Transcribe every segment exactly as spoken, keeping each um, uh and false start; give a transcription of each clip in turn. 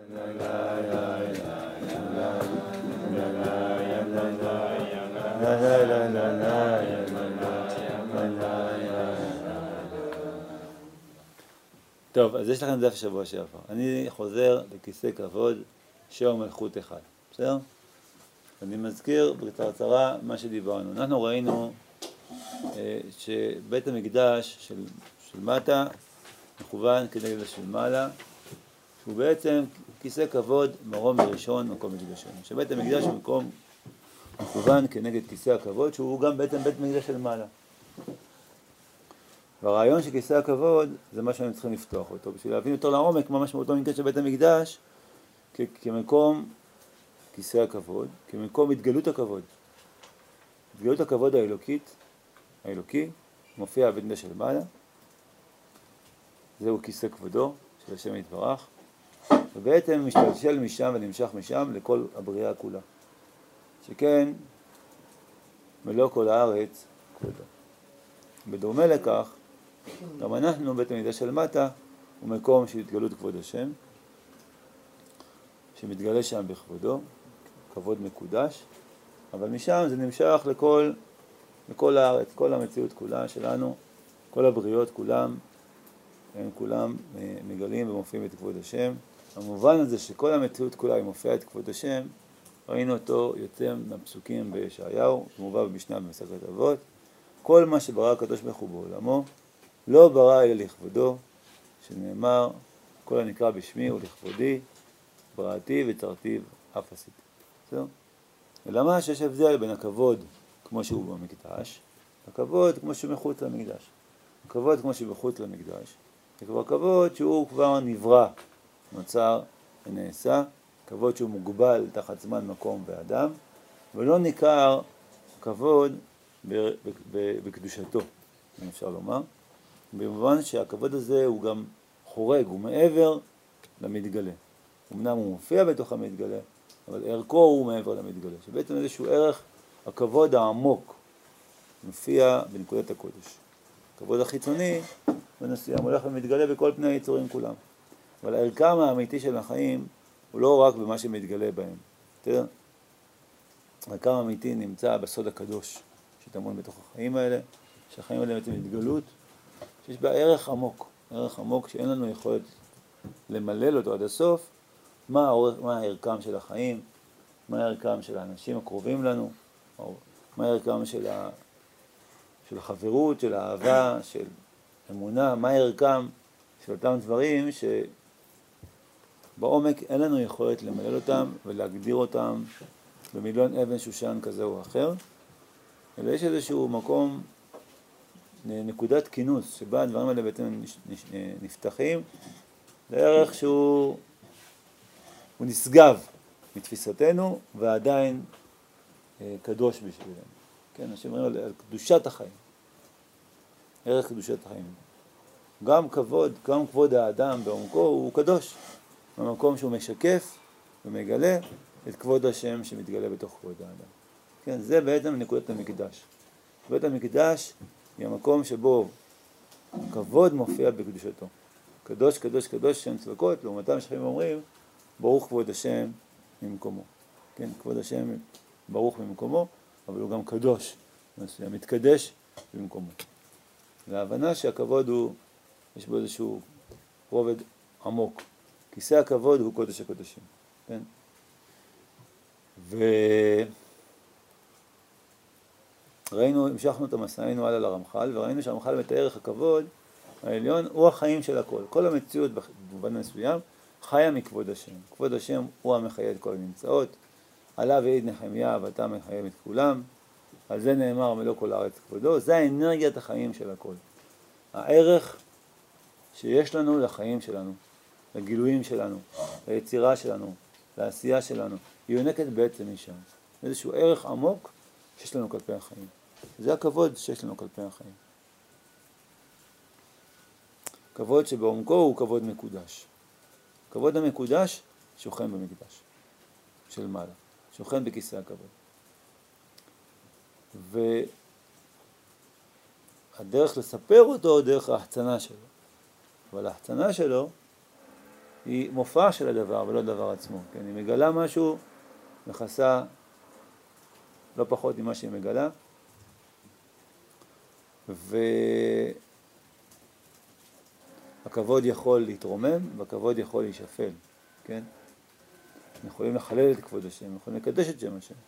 טוב, אז יש לכם דף שבוע שעבר. אני חוזר לכיסא כבוד שהוא מלכות אחד. בסדר? אני מזכיר בקצרה מה שדיברנו. אנחנו ראינו אה, שבית המקדש של, של מטה מכוון כנגד של מעלה, שהוא בעצם כיסא כבוד מרום וראשון מקום מקדשנו. שבית המקדש הוא מקום מכוון כנגד כיסא הכבוד, שהוא גם בעצם בית מקדש של מעלה. והרעיון של כיסא הכבוד זה מה שאנחנו צריכים לפתוח אותו, בשביל להבין יותר לעומק מה משמעותו מקדש של בית המקדש כ- כמקום כיסא הכבוד, כמקום התגלות הכבוד. התגלות הכבוד האלוקית, האלוקי, מופיע בבית המקדש של מעלה, זהו כיסא כבודו של השם יתברך, ובעצם משתלשל משם ונמשך משם לכל הבריאה כולה. שכן מלוא כל הארץ כבודו. בדומה לכך, גם אנחנו, בית המקדש של מטה, הוא מקום של התגלות כבוד השם, שמתגלה שם בכבודו, כבוד מקודש, אבל משם זה נמשך לכל, לכל הארץ, כל המציאות כולה שלנו, כל הבריאות כולם, הם כולם מגלים ומופיעים את כבוד השם. המובן הזה שכל המציאות כולה היא מופיעה את כבוד השם, ראינו אותו יוצא מהפסוקים בישעיהו, מובא במשנה במסכת אבות, כל מה שברא הקדוש ברוך הוא בעולמו, לא ברא אלא לכבודו, שנאמר, כל הנקרא בשמי ולכבודי, בראתי וצרתי אף עשיתי. בסדר? אלא מה שיש הבדל בין הכבוד כמו שהוא במקדש, הכבוד כמו שהוא מחוץ למקדש. הכבוד כמו שהוא מחוץ למקדש, זה כבר כבוד שהוא כבר נברא, נוצר ונעשה, כבוד שהוא מוגבל תחת זמן, מקום ואדם, ולא ניכר כבוד בקדושתו, אם אפשר לומר, במובן שהכבוד הזה הוא גם חורג, הוא מעבר למתגלה. אמנם הוא מופיע בתוך המתגלה, אבל ערכו הוא מעבר למתגלה, שבעצם איזשהו ערך, הכבוד העמוק, מופיע בנקודת הקודש. הכבוד החיצוני, בנסיעה, מולך ומתגלה בכל פני היצורים כולם. אבל הערכם האמיתי של החיים, הוא לא רק במה שמתגלה בהם. תראה, הערכם האמיתי נמצא בסוד הקדוש, שטמון בתוך החיים האלה, שהחיים האלה בעצם התגלות, שיש בה ערך עמוק, ערך עמוק שאין לנו יכולת למלל אותו עד הסוף, מה, האורך, מה הערכם של החיים, מה הערכם של האנשים הקרובים לנו, או מה הערכם של, ה, של החברות, של האהבה, של אמונה, מה הערכם של אותם דברים שבעומק אין לנו יכולת למלל אותם ולהגדיר אותם במילון אבן שושן כזה או אחר, אלא יש איזשהו מקום, נקודת כינוס, שבה הדברים האלה בעצם נפתחים, לערך שהוא הוא נשגב מתפיסתנו, ועדיין אה, קדוש בשבילנו. כן, אנשים אומרים על, על קדושת החיים, ערך קדושת החיים. גם כבוד, גם כבוד האדם בעומקו הוא קדוש, במקום שהוא משקף ומגלה את כבוד השם שמתגלה בתוך כבוד האדם. כן, זה בעצם נקודת המקדש. בית המקדש היא המקום שבו כבוד מופיע בקדושתו. קדוש, קדוש, קדוש, שם צבקות, לעומתם שחיים אומרים, ברוך כבוד השם ממקומו. כן, כבוד השם ברוך ממקומו, אבל הוא גם קדוש, מתקדש במקומו. להבנה שהכבוד הוא, יש בו איזשהו רובד עמוק. כיסא הכבוד הוא קודש הקודשים. כן? וראינו, המשכנו את המסענו הלאה לרמח"ל, וראינו שהרמח"ל מתאר איך הכבוד העליון הוא החיים של הכל. כל המציאות במובן מסוים חיה מכבוד השם. כבוד השם הוא המחיה את כל הנמצאות. עליו העיד נחמיה ואתה מחיה את כולם. על זה נאמר מלוא כל הארץ כבודו. זה האנרגיית החיים של הכל. הערך שיש לנו לחיים שלנו, לגילויים שלנו, ליצירה שלנו, לעשייה שלנו, היא יונקת בעצם משם. איזשהו ערך עמוק שיש לנו כלפי החיים. זה הכבוד שיש לנו כלפי החיים. כבוד שבעומקו הוא כבוד מקודש. כבוד המקודש שוכן במקדש של מעלה, שוכן בכיסא הכבוד. והדרך לספר אותו דרך ההחצנה שלו. אבל ההחצנה שלו היא מופע של הדבר ולא הדבר עצמו, כן? היא מגלה משהו, מכסה לא פחות ממה שהיא מגלה, והכבוד יכול להתרומם והכבוד יכול להישפל, כן? אנחנו יכולים לחלל את כבוד השם, יכולים לקדש את שם השם.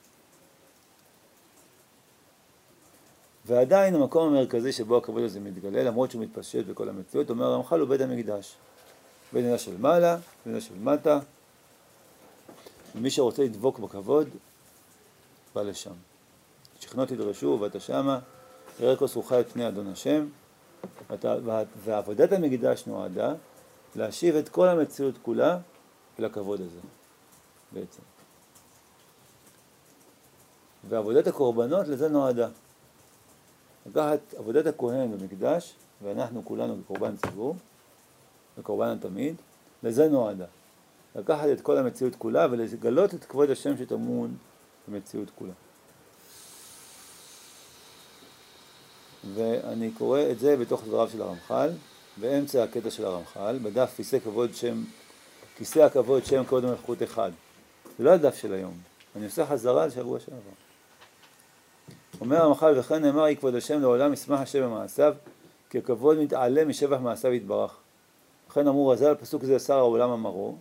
ועדיין המקום המרכזי שבו הכבוד הזה מתגלה, למרות שהוא מתפשט בכל המציאות, אומר הרמח"ל הוא בית המקדש. בית המקדש של מעלה, בית המקדש של מטה. ומי שרוצה לדבוק בכבוד, בא לשם. שכנות ידרשו ואתה שמה, יראה כוס רוחה את פני אדון השם, ועבודת המקדש נועדה להשיב את כל המציאות כולה אל הכבוד הזה, בעצם. ועבודת הקורבנות לזה נועדה. לקחת עבודת הכהן במקדש, ואנחנו כולנו בקורבן ציבור, בקורבן התמיד, לזה נועדה. לקחת את כל המציאות כולה ולגלות את כבוד השם שטמון במציאות כולה. ואני קורא את זה בתוך דבריו של הרמח"ל, באמצע הקטע של הרמח"ל, בדף כיסא כבוד שם, כיסא הכבוד שם כבוד המלכות אחד. זה לא הדף של היום, אני עושה חזרה לשבוע שעבר. אומר הרמח"ל, וכן נאמר היא כבוד השם לעולם ישמח השם במעשיו, כי הכבוד מתעלה משבח מעשיו יתברך. לכן אמרו רז"ל, פסוק זה שר העולם אמרו.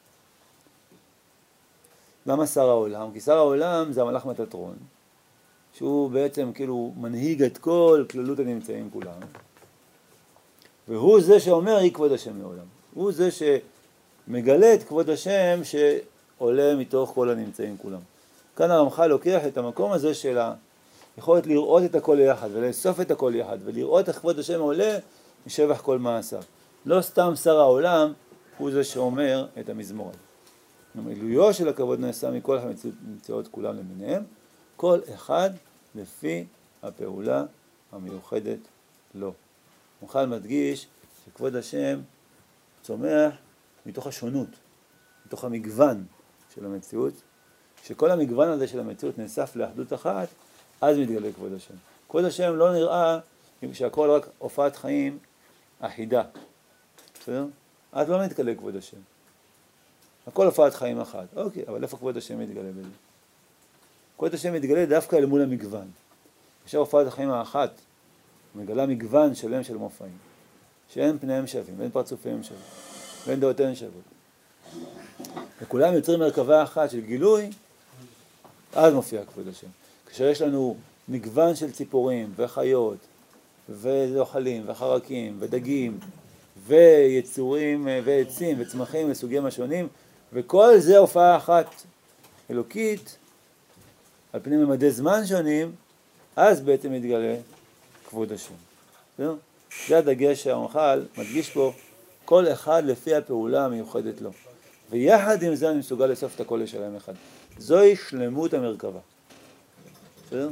למה שר העולם? כי שר העולם זה המלאך מטאטרון, שהוא בעצם כאילו מנהיג את כל כללות הנמצאים כולם. והוא זה שאומר היא כבוד השם לעולם. הוא זה שמגלה את כבוד השם שעולה מתוך כל הנמצאים כולם. כאן הרמח"ל לוקח את המקום הזה של היכולת לראות את הכל יחד ולאסוף את הכל יחד ולראות איך כבוד השם עולה משבח כל מעשיו. לא סתם שר העולם הוא זה שאומר את המזמור הזה. המילויו של הכבוד נעשה מכל המציאות כולם למיניהם, כל אחד לפי הפעולה המיוחדת לו. הרמח"ל מדגיש שכבוד השם צומח מתוך השונות, מתוך המגוון של המציאות, שכל המגוון הזה של המציאות נאסף לאחדות אחת, אז מתגלה כבוד השם. כבוד השם לא נראה שהכל רק הופעת חיים אחידה. בסדר? אז לא מתגלה כבוד השם. הכל הופעת חיים אחת. אוקיי, אבל איפה כבוד השם מתגלה בזה? כבוד השם מתגלה דווקא אל מול המגוון. כאשר הופעת החיים האחת מגלה מגוון שלם של מופעים, שאין פניהם שווים, ואין פרצופיהם שווים, ואין דעותיהם שוות. וכולם יוצרים מרכבה אחת של גילוי, אז מופיע כבוד השם. כאשר יש לנו מגוון של ציפורים וחיות וזוחלים וחרקים ודגים ויצורים ועצים וצמחים וסוגים השונים, וכל זה הופעה אחת אלוקית על פני ממדי זמן שונים, אז בעצם מתגלה כבוד השם. זה, זה הדגש שהרמח"ל מדגיש פה, כל אחד לפי הפעולה המיוחדת לו. ויחד עם זה אני מסוגל לאסוף את הכל לשלם אחד. זוהי שלמות המרכבה. בסדר?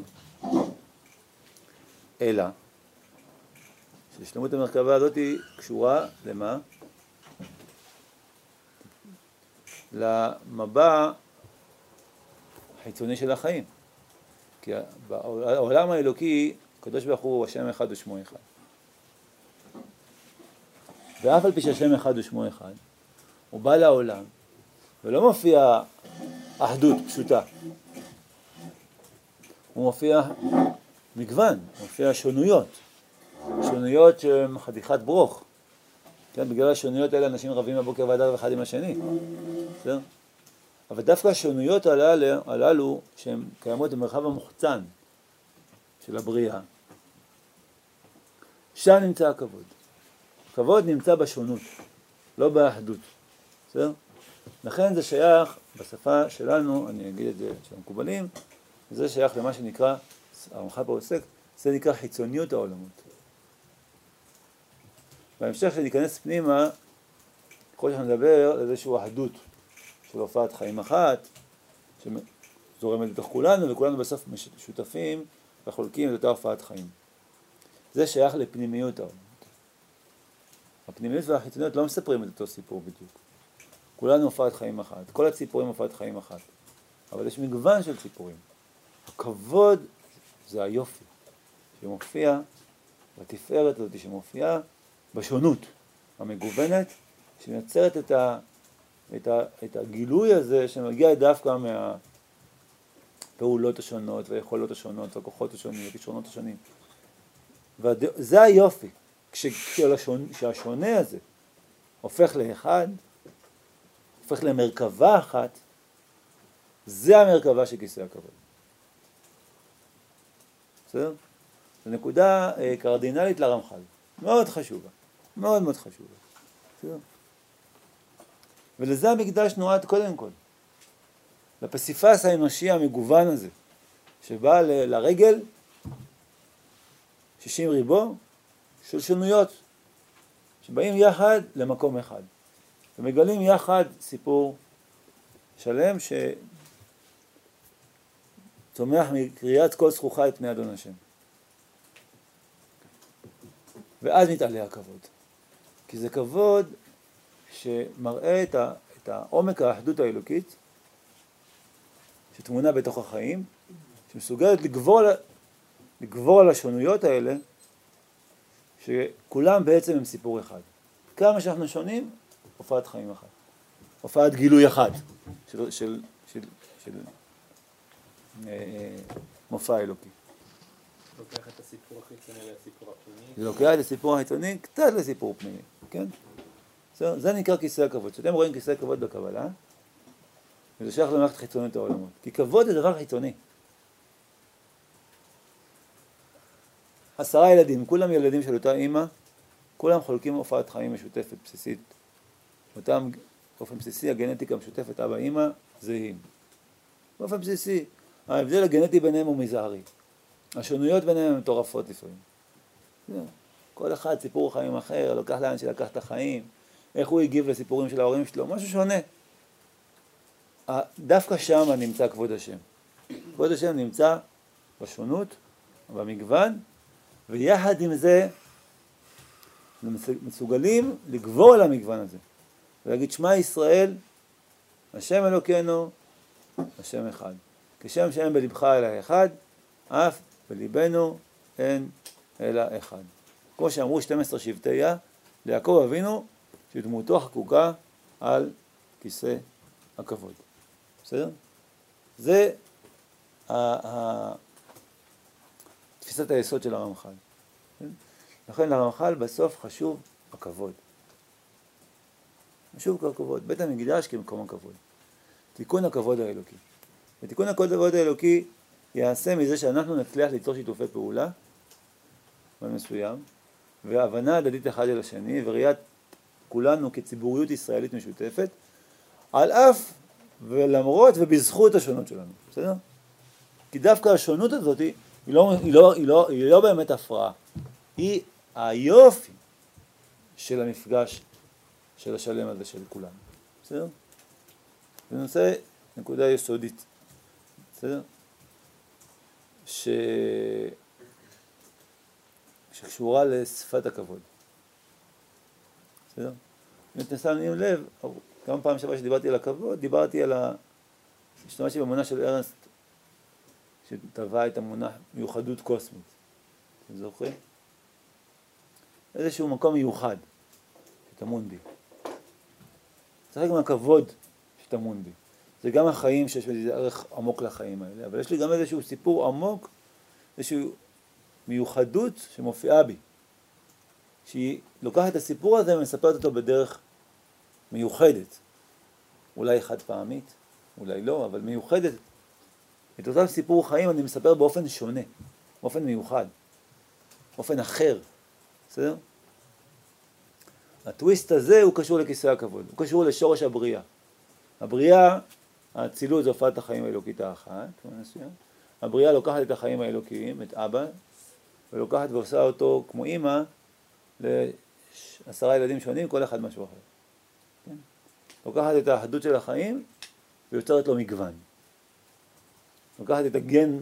אלא, ששלמות המרכבה הזאת היא קשורה למה? למבע החיצוני של החיים. כי בעולם האלוקי, הקדוש ברוך הוא השם אחד ושמו אחד. ואף על פי שהשם אחד ושמו אחד, הוא בא לעולם, ולא מופיע אחדות פשוטה. הוא מופיע מגוון, הוא מופיע שונויות. שונויות שהן חתיכת ברוך. כן, בגלל השונויות האלה אנשים רבים בבוקר ועד ערב אחד עם השני. בסדר? אבל דווקא השונויות הללו, הללו שהן קיימות במרחב המוחצן של הבריאה, שם נמצא הכבוד. הכבוד נמצא בשונות, לא באחדות. בסדר? לכן זה שייך, בשפה שלנו, אני אגיד את זה של המקובלים, זה שייך למה שנקרא, הרמח"ל פה עוסק, זה נקרא חיצוניות העולמות. בהמשך שניכנס פנימה, יכול להיות שנדבר על איזושהי אחדות של הופעת חיים אחת, שזורמת לתוך כולנו, וכולנו בסוף שותפים וחולקים את אותה הופעת חיים. זה שייך לפנימיות העולמות. הפנימיות והחיצוניות לא מספרים את אותו סיפור בדיוק. כולנו הופעת חיים אחת, כל הציפורים הופעת חיים אחת. אבל יש מגוון של ציפורים. הכבוד זה היופי שמופיע בתפארת הזאת, שמופיעה בשונות המגוונת שמייצרת את, ה, את, ה, את הגילוי הזה שמגיע דווקא מהפעולות השונות והיכולות השונות והכוחות השונים והכישרונות השונים. וזה היופי, כשהשונה הזה הופך לאחד, הופך למרכבה אחת, זה המרכבה של כיסא הכבוד. בסדר? זו נקודה אה, קרדינלית לרמח"ל, מאוד חשובה, מאוד מאוד חשובה. בסדר? ולזה המקדש נועד קודם כל, לפסיפס האנושי המגוון הזה, שבא ל- לרגל שישים ריבו של שונויות, שבאים יחד למקום אחד, ומגלים יחד סיפור שלם שצומח מקריאת כל זכוכה את פני אדון השם. ואז מתעלה הכבוד, כי זה כבוד שמראה את, ה, את העומק האחדות האלוקית שתמונה בתוך החיים, שמסוגלת לגבור על, לגבור על השונויות האלה, שכולם בעצם הם סיפור אחד. כמה שאנחנו שונים, הופעת חיים אחת, הופעת גילוי אחד של, של, של, של אה, מופע אלוקי. לוקח את הסיפור החיצוני לסיפור הפנימי. זה לוקח את הסיפור החיצוני קצת לסיפור פנימי, כן? זה, זה נקרא כיסא הכבוד. שאתם רואים כיסא הכבוד בקבלה, וזה שייך למערכת חיצונית העולמות. כי כבוד זה דבר חיצוני. עשרה ילדים, כולם ילדים של אותה אמא, כולם חולקים הופעת חיים משותפת, בסיסית. אותם, באופן בסיסי, הגנטיקה המשותפת, אבא אמא, זהים. באופן בסיסי, ההבדל הגנטי ביניהם הוא מזערי. השונויות ביניהם הן מטורפות לפעמים. כל אחד סיפור חיים אחר, לוקח לאן שלקח את החיים, איך הוא הגיב לסיפורים של ההורים שלו, משהו שונה. דווקא שם נמצא כבוד השם. כבוד השם נמצא בשונות, במגוון, ויחד עם זה מסוגלים לגבור על המגוון הזה. ולהגיד שמע ישראל, השם אלוקינו, השם אחד. כשם שאין בלבך אלא אחד, אף בליבנו אין אלא אחד. כמו שאמרו שתים עשרה שבטיה, ליעקב אבינו, שדמותו חקוקה על כיסא הכבוד. בסדר? זה תפיסת היסוד של הרמח"ל. לכן לרמח"ל בסוף חשוב הכבוד. חשוב הכבוד. בית המקדש כמקום הכבוד. תיקון הכבוד האלוקי. ותיקון הכבוד האלוקי יעשה מזה שאנחנו נצליח ליצור שיתופי פעולה במסוים, והבנה הדדית אחד אל השני, וראיית כולנו כציבוריות ישראלית משותפת, על אף ולמרות ובזכות השונות שלנו. בסדר? כי דווקא השונות הזאת היא לא, היא לא, היא לא, היא לא באמת הפרעה. היא היופי של המפגש של השלם הזה של כולנו. בסדר? זה נושא נקודה יסודית. בסדר? ש... שקשורה לשפת הכבוד. בסדר? אם אתם שמים לב, כמה פעם שבא שדיברתי על הכבוד, דיברתי על ה... השתמשתי במונח של ארנסט, שטבע את המונח מיוחדות קוסמית. אתם זוכרים? איזשהו מקום מיוחד שטמון בי. זה רק מהכבוד שטמון בי. זה גם החיים שיש בזה ערך עמוק לחיים האלה, אבל יש לי גם איזשהו סיפור עמוק, איזושהי מיוחדות שמופיעה בי, שהיא לוקחת את הסיפור הזה ומספרת אותו בדרך מיוחדת, אולי חד פעמית, אולי לא, אבל מיוחדת. את אותם סיפור חיים אני מספר באופן שונה, באופן מיוחד, באופן אחר, בסדר? הטוויסט הזה הוא קשור לכיסא הכבוד, הוא קשור לשורש הבריאה. הבריאה, האצילות זה הופעת החיים האלוקית האחת, הבריאה לוקחת את החיים האלוקיים, את אבא, ולוקחת ועושה אותו כמו אמא לעשרה ילדים שונים, כל אחד משהו אחר. כן? לוקחת את האחדות של החיים ויוצרת לו מגוון. לוקחת את הגן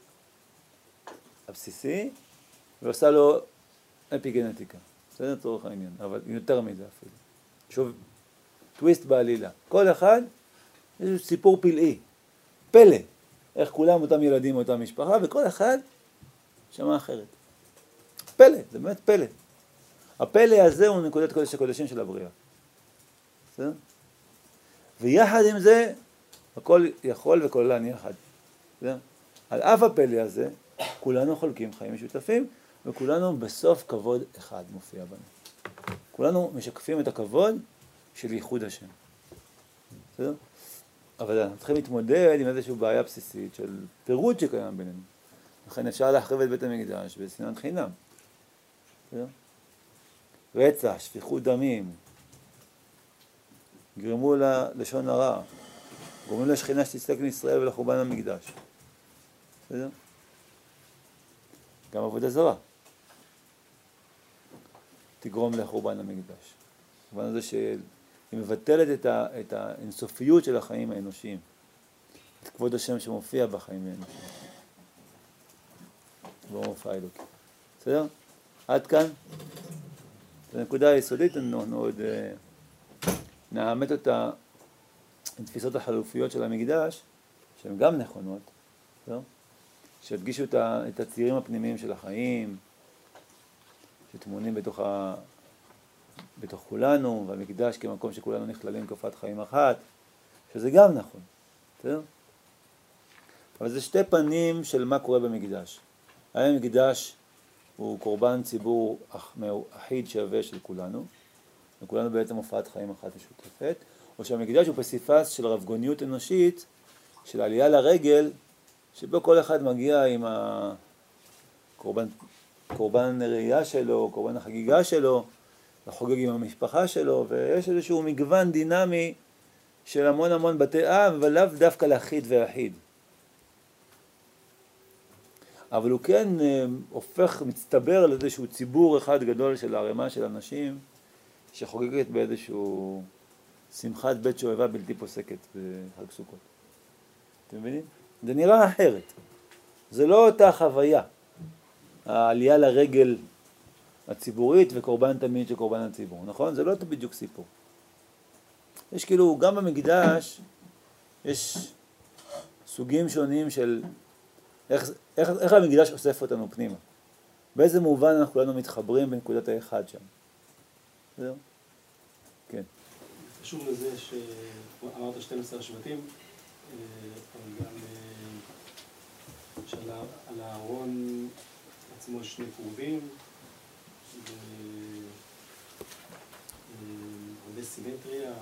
הבסיסי ועושה לו אפיגנטיקה. בסדר? צורך העניין, אבל יותר מזה אפילו. שוב, טוויסט בעלילה. כל אחד יש סיפור פלאי, פלא. איך כולם אותם ילדים מאותה משפחה, וכל אחד שמע אחרת. פלא, זה באמת פלא. הפלא הזה הוא נקודת קודש הקודשים של הבריאה. בסדר? ויחד עם זה, הכל יכול וכולן יחד. בסדר? על אף הפלא הזה, כולנו חולקים חיים משותפים, וכולנו בסוף כבוד אחד מופיע בנו. כולנו משקפים את הכבוד של ייחוד השם. בסדר? אבל אנחנו צריכים להתמודד עם איזושהי בעיה בסיסית של פירוט שקיים בינינו. לכן אפשר להחריב את בית המקדש בשנאת חינם. בסדר? רצח, שפיכות דמים, גרמו ללשון הרע, גורמים לשכינה שתסתלק מישראל ולחורבן המקדש. בסדר? גם עבודה זרה תגרום לחורבן המקדש. במובן הזה שהיא מבטלת את, ה, את האינסופיות של החיים האנושיים, את כבוד השם שמופיע בחיים האנושיים. לא מופע אלוקי. בסדר? עד כאן. זו נקודה היסודית, אנחנו עוד uh, נאמת אותה עם תפיסות החלופיות של המקדש, שהן גם נכונות, בסדר? שהדגישו את, ה, את הצירים הפנימיים של החיים, שתמונים בתוך, ה, בתוך כולנו, והמקדש כמקום שכולנו נכללים כופת חיים אחת, שזה גם נכון, בסדר? אבל זה שתי פנים של מה קורה במקדש. האם המקדש הוא קורבן ציבור אחיד שווה של כולנו, וכולנו בעצם הופעת חיים אחת משותפת, או שהמקדש הוא פסיפס של רבגוניות אנושית, של עלייה לרגל, שבו כל אחד מגיע עם הקורבן, קורבן ראייה שלו, קורבן החגיגה שלו, לחוגג עם המשפחה שלו, ויש איזשהו מגוון דינמי של המון המון בתי אב, אבל לאו דווקא לאחיד ואחיד. אבל הוא כן הופך, מצטבר על איזשהו ציבור אחד גדול של הרמה של אנשים, שחוגגת באיזשהו שמחת בית שואבה בלתי פוסקת בחג סוכות. אתם מבינים? זה נראה אחרת. זה לא אותה חוויה. העלייה לרגל הציבורית וקורבן תמיד של קורבן הציבור, נכון? זה לא בדיוק סיפור. יש כאילו, גם במקדש, יש סוגים שונים של איך, איך, איך המקדש אוסף אותנו פנימה. באיזה מובן אנחנו כולנו מתחברים בנקודת האחד שם. זהו? כן. חשוב לזה שאמרת שנים עשר שבטים, אבל גם שעל הארון עצמו יש שני קרובים, הרבה סימטריה.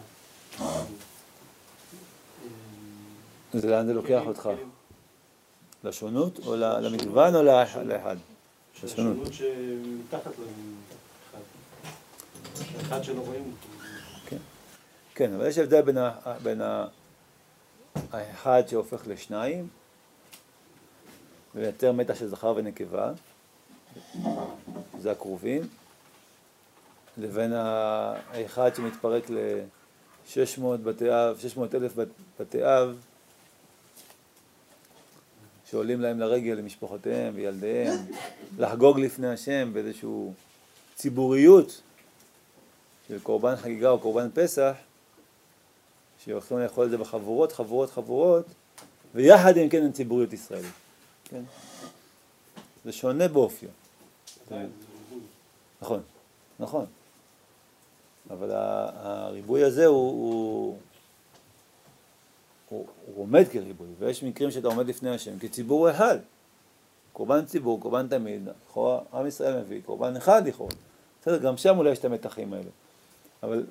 אז לאן זה לוקח אותך? לשונות או למגוון או לאחד? לשונות שמתחת לאחד. האחד שלא רואים אותו. כן, כן, אבל יש הבדל בין, ה, בין ה, האחד שהופך לשניים, ויותר מתח של זכר ונקבה, זה הקרובים, לבין האחד שמתפרק ל-שש מאות בתי אב, שש מאות אלף בתי אב, שעולים להם לרגל למשפחותיהם וילדיהם, לחגוג לפני השם באיזושהי ציבוריות של קורבן חגיגה או קורבן פסח, שהולכים לאכול את זה בחבורות, חבורות, חבורות, ויחד עם כן עם ציבוריות ישראלית. כן? זה שונה באופיו. נכון, נכון. אבל הריבוי הזה הוא, הוא, הוא, הוא עומד כריבוי, ויש מקרים שאתה עומד לפני השם כציבור אחד. קורבן ציבור, קורבן תמיד, לכאורה, עם ישראל מביא, קורבן אחד לכאורה. בסדר, גם שם אולי יש את המתחים האלה. אבל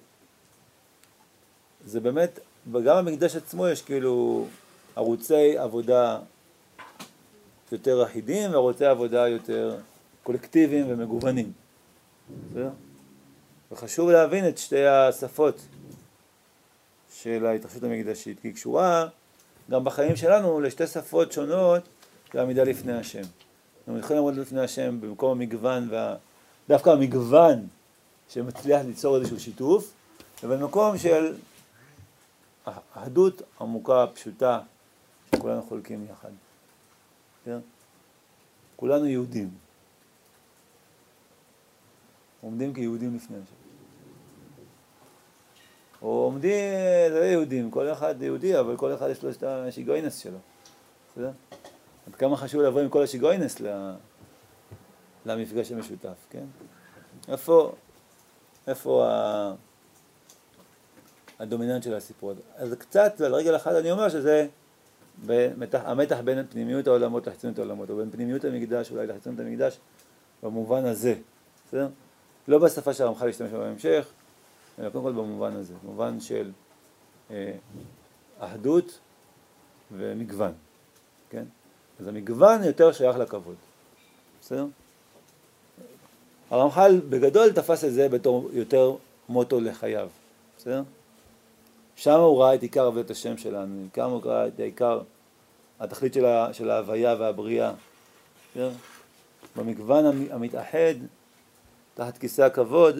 זה באמת, וגם המקדש עצמו יש כאילו ערוצי עבודה יותר אחידים וערוצי עבודה יותר קולקטיביים ומגוונים. בסדר? וחשוב להבין את שתי השפות של ההתרחשות המקדשית, כי היא קשורה גם בחיים שלנו לשתי שפות שונות לעמידה לפני השם. אנחנו יכולים לעמוד לפני השם במקום המגוון, ודווקא המגוון שמצליח ליצור איזשהו שיתוף, ובמקום של אחדות עמוקה, פשוטה, שכולנו חולקים יחד. כן? כולנו יהודים. עומדים כיהודים לפני השם. או עומדים, זה לא יהודים, כל אחד יהודי, אבל כל אחד יש לו את השיגוינס שלו. בסדר? עד כמה חשוב לבוא עם כל השיגוינס למפגש המשותף, כן? איפה, איפה ה... הדומיננט של הסיפור הזה. אז קצת, על רגל אחד אני אומר שזה במתח, המתח בין פנימיות העולמות לחיצוניות העולמות, או בין פנימיות המקדש אולי לחיצוניות המקדש, במובן הזה, בסדר? לא בשפה שהרמח"ל ישתמש בה בהמשך, אלא קודם כל במובן הזה, במובן של אה, אחדות ומגוון, כן? אז המגוון יותר שייך לכבוד, בסדר? הרמח"ל בגדול תפס את זה בתור יותר מוטו לחייו, בסדר? שם הוא ראה את עיקר עבודת השם שלנו, עיקר הוא ראה את העיקר, התכלית של, ה, של ההוויה והבריאה, בסדר? במגוון המתאחד, תחת כיסא הכבוד,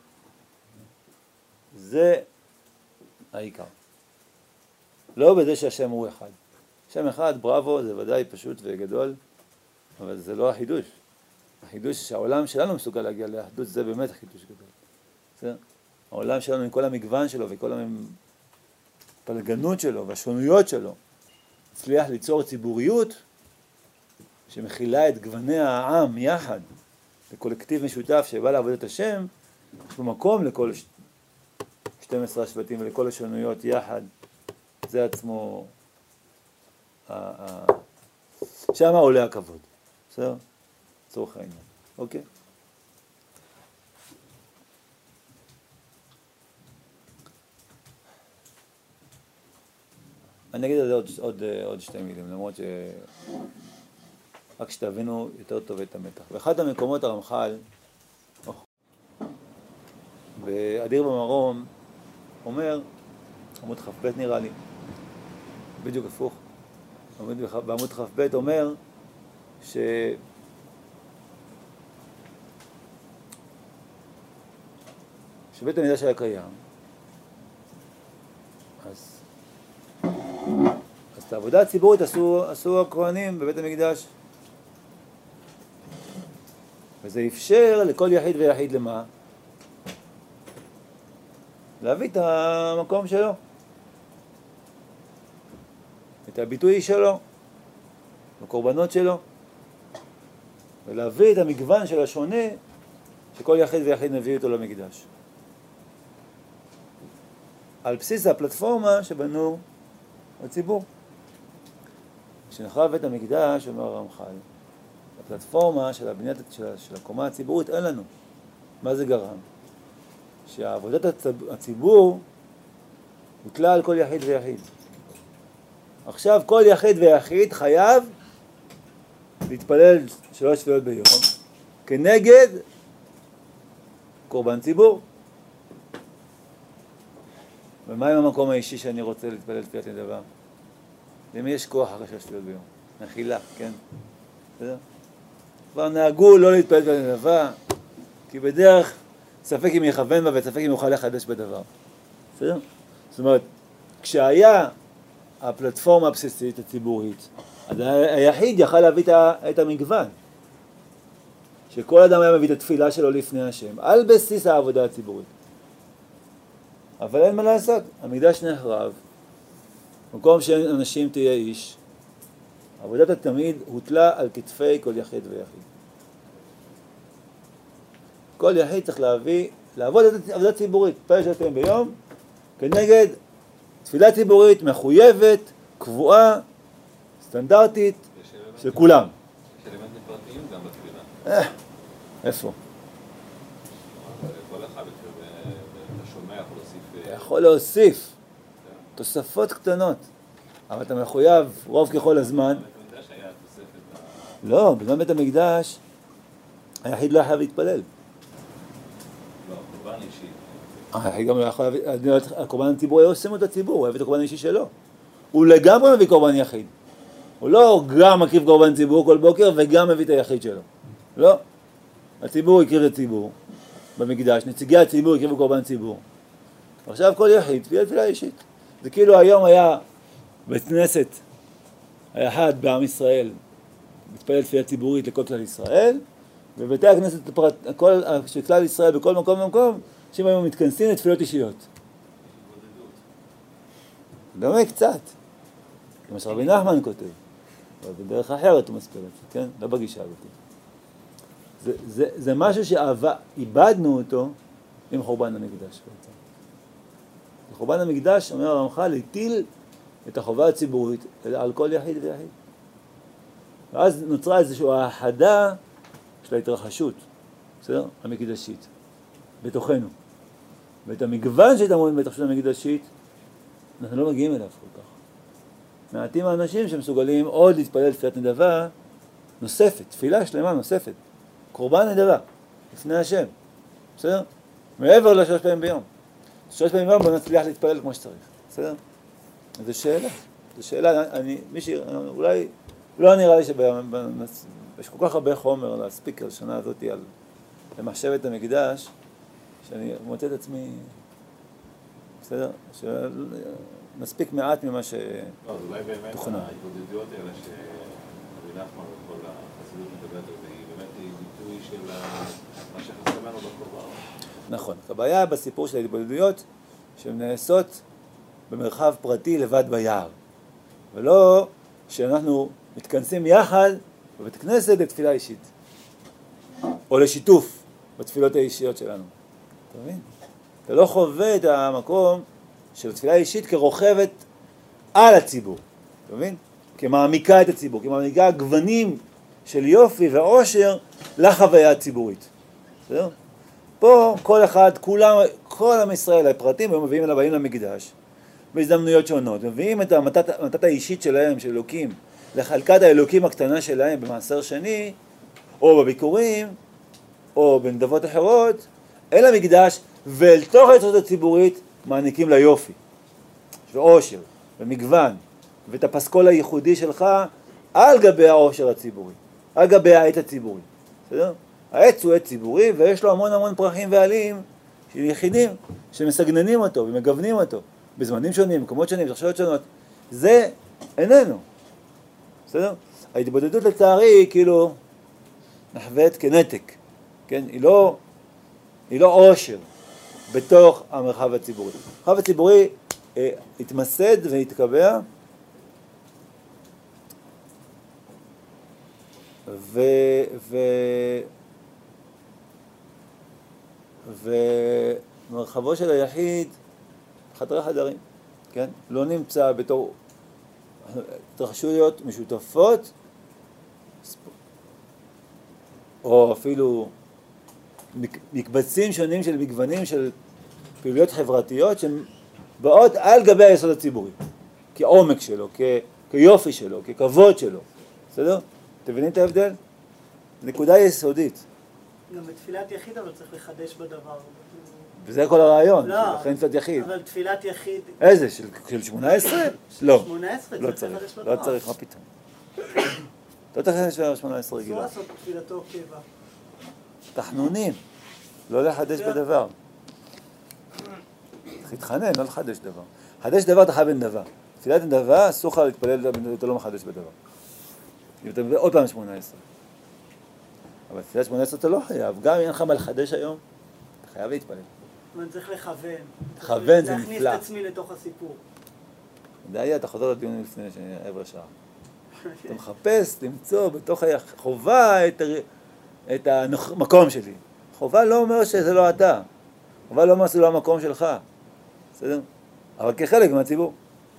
זה העיקר. לא בזה שהשם הוא אחד. שם אחד, בראבו, זה ודאי פשוט וגדול, אבל זה לא החידוש. החידוש שהעולם שלנו מסוגל להגיע לאחדות, זה באמת החידוש גדול. בסדר? העולם שלנו עם כל המגוון שלו וכל הפלגנות שלו והשונויות שלו, הצליח ליצור ציבוריות שמכילה את גווני העם יחד, בקולקטיב משותף שבא לעבוד את השם, יש לו מקום לכל שתים עשרה השבטים ולכל השונויות יחד, זה עצמו, שם עולה הכבוד, בסדר? צורך העניין, אוקיי? אני אגיד על זה עוד, עוד, עוד שתי מילים, למרות ש... רק שתבינו יותר טוב את המתח. ואחד המקומות הרמח"ל, באדיר במרום, אומר, עמוד כ"ב נראה לי, בדיוק הפוך, בעמוד כ"ב אומר ש... שבית המקדש היה קיים, אז, אז את העבודה הציבורית עשו, עשו הכהנים בבית המקדש, וזה אפשר לכל יחיד ויחיד למה? להביא את המקום שלו, את הביטוי שלו, הקורבנות שלו, ולהביא את המגוון של השונה שכל יחיד ויחיד מביא אותו למקדש. על בסיס הפלטפורמה שבנו הציבור. כשנחרב בית המקדש, אומר הרמח"ל, הפלטפורמה של הבניית של, של הקומה הציבורית אין לנו. מה זה גרם? שעבודת הציבור הוטלה על כל יחיד ויחיד. עכשיו כל יחיד ויחיד חייב להתפלל שלוש תפילות ביום כנגד קורבן ציבור. ומה עם המקום האישי שאני רוצה להתפלל תפילת נדבה? למי יש כוח אחרי שלוש תפילות ביום? נחילה, כן? בסדר? כבר נהגו לא להתפלל תפילת נדבה, כי בדרך ספק אם יכוון בה וספק אם יוכל לחדש בדבר. בסדר? זאת אומרת, כשהיה הפלטפורמה הבסיסית הציבורית, אז היחיד יכל להביא את המגוון. שכל אדם היה מביא את התפילה שלו לפני השם, על בסיס העבודה הציבורית. אבל אין מה לעשות, המקדש נחרב, מקום שאנשים תהיה איש, עבודת התמיד הוטלה על כתפי כל יחיד ויחיד. כל יחיד צריך להביא, לעבוד את עבודה ציבורית, פעם שלוש פעמים ביום, כנגד תפילה ציבורית מחויבת, קבועה, סטנדרטית, של כולם. יש אלמנטים פרטיים גם בתפילה. אה, איפה? כל אחד אתה שומע יכול להוסיף... יכול להוסיף תוספות קטנות, אבל אתה מחויב רוב ככל הזמן. בית המקדש היה תוספת... לא, בזמן בית המקדש היחיד לא חייב להתפלל. לא, קורבן אישי. היחיד גם לא יכול להביא, הקורבן הציבורי עושים את הציבור, הוא הביא את הקורבן האישי שלו. הוא לגמרי מביא קורבן יחיד. הוא לא גם מקריב קורבן ציבור כל בוקר וגם מביא את היחיד שלו. לא. הציבור הקריב את הציבור במקדש, נציגי הציבור הקריבו קורבן ציבור. עכשיו כל יחיד תפילה תפילה אישית. זה כאילו היום היה בית כנסת, היה אחד בעם ישראל, מתפלל תפילה ציבורית לכל כלל ישראל, ובבתי הכנסת כל, של כלל ישראל בכל מקום ומקום, שהם היום מתכנסים לתפילות אישיות. דומה קצת, כמו שרבי נחמן כותב, אבל בדרך אחרת הוא מספר את זה, כן? לא בגישה הזאת. זה, זה, זה משהו שאיבדנו אותו עם חורבן המקדש בעצם. בחורבן המקדש, אומר הרמח"ל, הטיל את החובה הציבורית על כל יחיד ויחיד. ואז נוצרה איזושהי האחדה של ההתרחשות, בסדר? המקדשית, בתוכנו. ואת המגוון שהתאמון בהתרחשות המקדשית, אנחנו לא מגיעים אליו כל כך. מעטים האנשים שמסוגלים עוד להתפלל תפילת נדבה נוספת, תפילה שלמה נוספת, קורבן נדבה, לפני השם, בסדר? מעבר לשלוש פעמים ביום. שלוש פעמים ביום בוא נצליח להתפלל כמו שצריך, בסדר? זו שאלה, זו שאלה, אני, מישהי, אולי, לא נראה לי שיש כל כך הרבה חומר להספיק על השנה הזאת על למחשבת המקדש, שאני מוצא את עצמי, בסדר? שנספיק מעט ממה שתוכנן. לא, אז אולי באמת ההתמודדויות האלה שרבי נחמן וכל החסידות מדברת על זה, היא באמת ביטוי של מה שחסר לנו בקורבן. נכון. הבעיה בסיפור של ההתמודדויות, שהן נעשות במרחב פרטי לבד ביער. ולא שאנחנו מתכנסים יחד בבית כנסת לתפילה אישית. או לשיתוף בתפילות האישיות שלנו. אתה מבין? אתה לא חווה את המקום של התפילה האישית כרוכבת על הציבור. אתה מבין? כמעמיקה את הציבור, כמעמיקה גוונים של יופי ועושר לחוויה הציבורית. בסדר? פה כל אחד, כולם, כל עם ישראל, הפרטים, הם מביאים אליו, באים למקדש, בהזדמנויות שונות, מביאים את המתת, המתת האישית שלהם, של אלוקים, לחלקת האלוקים הקטנה שלהם במעשר שני, או בביקורים, או בנדבות אחרות, אל המקדש, ואל תוך היצרות הציבורית, מעניקים לה יופי, ועושר, ומגוון, ואת הפסקול הייחודי שלך, על גבי העושר הציבורי, על גבי העץ הציבורי, בסדר? העץ הוא עץ ציבורי, ויש לו המון המון פרחים ועלים של יחידים שמסגננים אותו ומגוונים אותו בזמנים שונים, במקומות שונים, בתחושות שונות. זה איננו. בסדר? ההתבודדות לצערי היא כאילו נחוות כנתק. כן? היא לא, היא לא עושר בתוך המרחב הציבורי. המרחב הציבורי אה, התמסד והתקבע, ו... ו... ומרחבו של היחיד חדרי חדרים, כן? לא נמצא בתור התרחשויות משותפות או אפילו מקבצים שונים של מגוונים של פעילויות חברתיות שהן באות על גבי היסוד הציבורי, כעומק שלו, כ... כיופי שלו, ככבוד שלו, בסדר? אתם מבינים את ההבדל? נקודה יסודית. גם בתפילת יחיד אבל צריך לחדש בדבר. וזה כל הרעיון, לא, לכן תפילת יחיד. אבל תפילת יחיד... איזה? של, של שמונה עשרה? לא. שמונה עשרה לא צריך לחדש צריך, בדבר. לא צריך, מה פתאום. לא צריך לחדש שמונה עשרה אסור רגילה. לעשות תפילתו קבע. תחנונים, לא לחדש בדבר. צריך להתחנן, לא לחדש דבר. חדש דבר אתה חייב בנדבה. תפילת נדבה, אסור לך להתפלל, אתה לא מחדש בדבר. אם אתה מביא עוד פעם שמונה עשרה. אבל תפילת שמונה עשרה אתה לא חייב, גם אם אין לך מה לחדש היום, אתה חייב להתפלל. אבל צריך לכוון. לכוון זה נפלא. להכניס את עצמי לתוך הסיפור. די, אתה חוזר לדיון לפני עבר שעה. אתה מחפש למצוא בתוך החובה את, את המקום שלי. חובה לא אומר שזה לא אתה. חובה לא אומר שזה לא המקום שלך. בסדר? אבל כחלק מהציבור.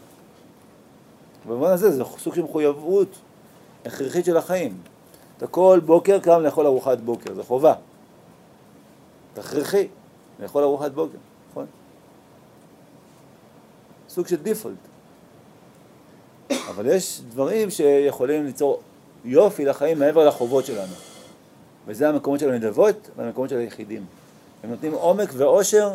במובן הזה זה סוג של מחויבות הכרחית של החיים. אתה כל בוקר קם לאכול ארוחת בוקר, זה חובה. אתה הכרחי לאכול ארוחת בוקר, נכון? סוג של דיפולט. אבל יש דברים שיכולים ליצור יופי לחיים מעבר לחובות שלנו. וזה המקומות של הנדבות והמקומות של היחידים. הם נותנים עומק ועושר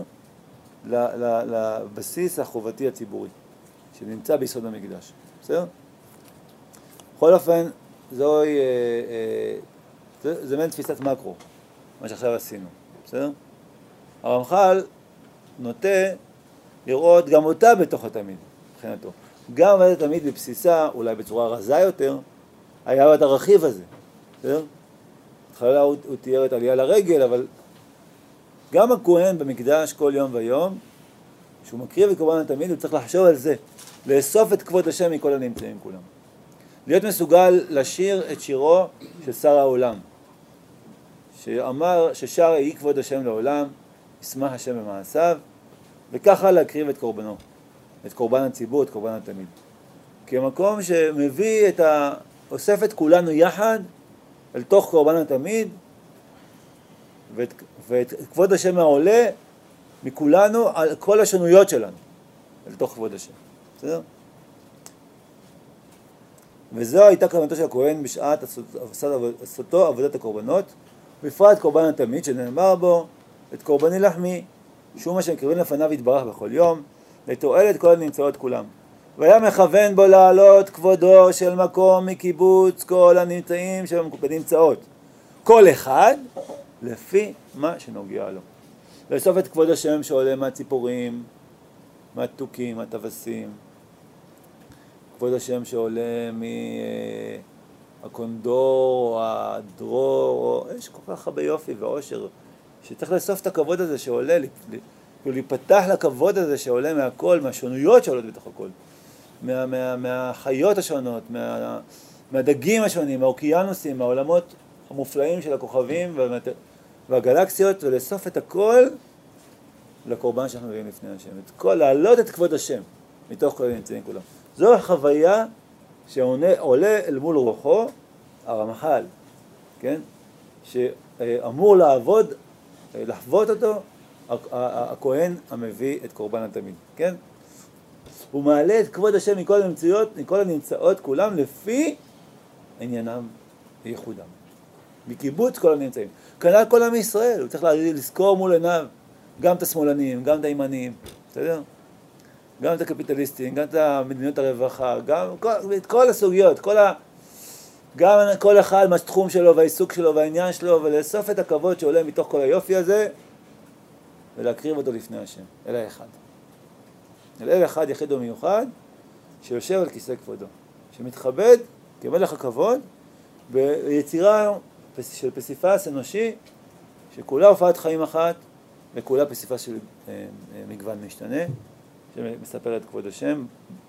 לבסיס החובתי הציבורי, שנמצא ביסוד המקדש. בסדר? בכל אופן, זוהי, אה, אה, זה, זה מעין תפיסת מקרו, מה שעכשיו עשינו. בסדר? הרמח"ל נוטה לראות גם אותה בתוך התמיד, מבחינתו. גם את התמיד בבסיסה, אולי בצורה רזה יותר, היה את הרכיב הזה. בסדר? התחלה הוא, הוא תיאר את עלייה לרגל, אבל גם הכהן במקדש כל יום ויום, שהוא מקריב את קורבן התמיד, הוא צריך לחשוב על זה, לאסוף את כבוד השם מכל הנמצאים כולם. להיות מסוגל לשיר את שירו של שר העולם, שאמר ששר יהי כבוד השם לעולם, ישמח השם במעשיו, וככה להקריב את קורבנו, את קורבן הציבור, את קורבן התמיד. כמקום שמביא את ה... אוסף את כולנו יחד אל תוך קורבן התמיד, ואת, ואת כבוד השם העולה מכולנו על כל השונויות שלנו, אל תוך כבוד השם. בסדר? וזו הייתה כוונתו של הכהן בשעת עשותו עבודת הקורבנות, בפרט קורבן התמיד שנאמר בו, את קורבני לחמי, שום מה שמקריבים לפניו יתברך בכל יום, לתועלת כל הנמצאות כולם. והיה מכוון בו לעלות כבודו של מקום מקיבוץ כל הנמצאים שבנמצאות. כל אחד לפי מה שנוגע לו. לאסוף את כבוד השם שעולה מהציפורים, מהתוכים, מהטווסים. כבוד השם שעולה מהקונדור, הדרור, יש כל כך הרבה יופי ועושר, שצריך לאסוף את הכבוד הזה שעולה, להיפתח לכבוד הזה שעולה מהכל, מהשונויות שעולות בתוך הכל. מה, מה, מהחיות השונות, מה, מהדגים השונים, מהאוקיינוסים, מהעולמות המופלאים של הכוכבים והגלקסיות, ולאסוף את הכל לקורבן שאנחנו מביאים לפני השם. את כל, להעלות את כבוד השם מתוך כל הנמצאים כולם. זו החוויה שעולה אל מול רוחו הרמח"ל, כן? שאמור לעבוד, לחוות אותו, הכהן המביא את קורבן התמיד, כן? הוא מעלה את כבוד השם מכל הנמצאות, מכל הנמצאות כולם לפי עניינם ייחודם. מקיבוץ כל הנמצאים. כנ"ל כל עם ישראל, הוא צריך לזכור מול עיניו גם את השמאלנים, גם את הימנים, בסדר? גם את הקפיטליסטים, גם את מדיניות הרווחה, גם כל, את כל הסוגיות, כל ה, גם כל אחד מהתחום שלו והעיסוק שלו והעניין שלו, ולאסוף את הכבוד שעולה מתוך כל היופי הזה, ולהקריב אותו לפני השם, אל האחד. אל אל אחד יחיד ומיוחד, שיושב על כיסא כבודו, שמתכבד כמלך הכבוד, ביצירה של פסיפס אנושי, שכולה הופעת חיים אחת, וכולה פסיפס של מגוון משתנה, שמספר את כבוד השם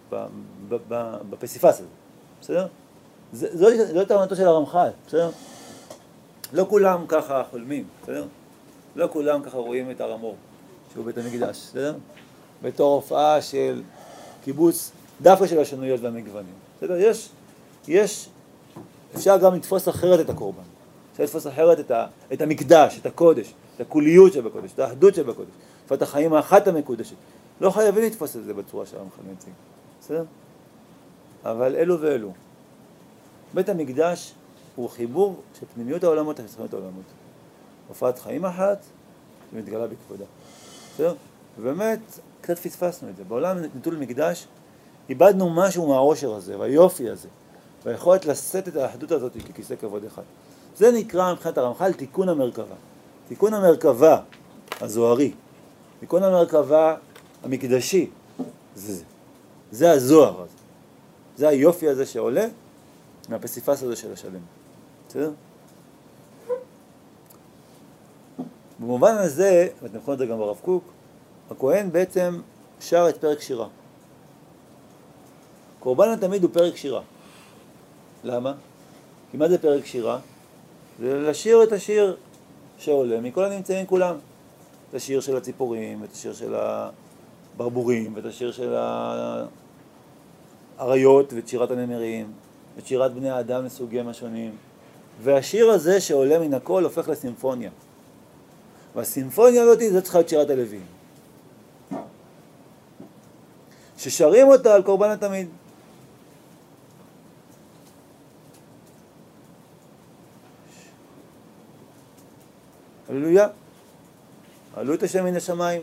בפסיפס הזה, בסדר? זו טענתו של הרמח"ל, בסדר? לא כולם ככה חולמים, בסדר? לא כולם ככה רואים את הר המור, שהוא בית המקדש, בסדר? בתור הופעה של קיבוץ דווקא של השונויות והמגוונים, בסדר? יש, יש, אפשר גם לתפוס אחרת את הקורבן, אפשר לתפוס אחרת את, ה, את המקדש, את הקודש, את הקוליות שבקודש, את האחדות שבקודש, את החיים האחת המקודשת. לא חייבים לתפוס את זה בצורה שהרמח"ל מציג, בסדר? אבל אלו ואלו. בית המקדש הוא חיבור של פנימיות העולמות וחיצוניות העולמות. הופעת חיים אחת שמתגלה בכבודה. בסדר? ובאמת, קצת פספסנו את זה. בעולם נטול מקדש, איבדנו משהו מהעושר הזה, והיופי הזה, והיכולת לשאת את האחדות הזאת ככיסא כבוד אחד. זה נקרא מבחינת הרמח"ל תיקון המרכבה. תיקון המרכבה הזוהרי, תיקון המרכבה המקדשי, זה זה. זה הזוהר הזה. זה היופי הזה שעולה מהפסיפס הזה של השלם. בסדר? במובן הזה, ואתם יכולים לדעת גם ברב קוק, הכהן בעצם שר את פרק שירה. קורבן התמיד הוא פרק שירה. למה? כי מה זה פרק שירה? זה לשיר את השיר שעולה מכל הנמצאים כולם. את השיר של הציפורים, את השיר של הברבורים, ואת השיר של האריות, ואת שירת הנמרים, ואת שירת בני האדם לסוגיהם השונים. והשיר הזה שעולה מן הכל הופך לסימפוניה. והסימפוניה הזאת זה צריכה להיות שירת הלוויים. ששרים אותה על קורבן התמיד. הללויה. עלו את השם מן השמיים.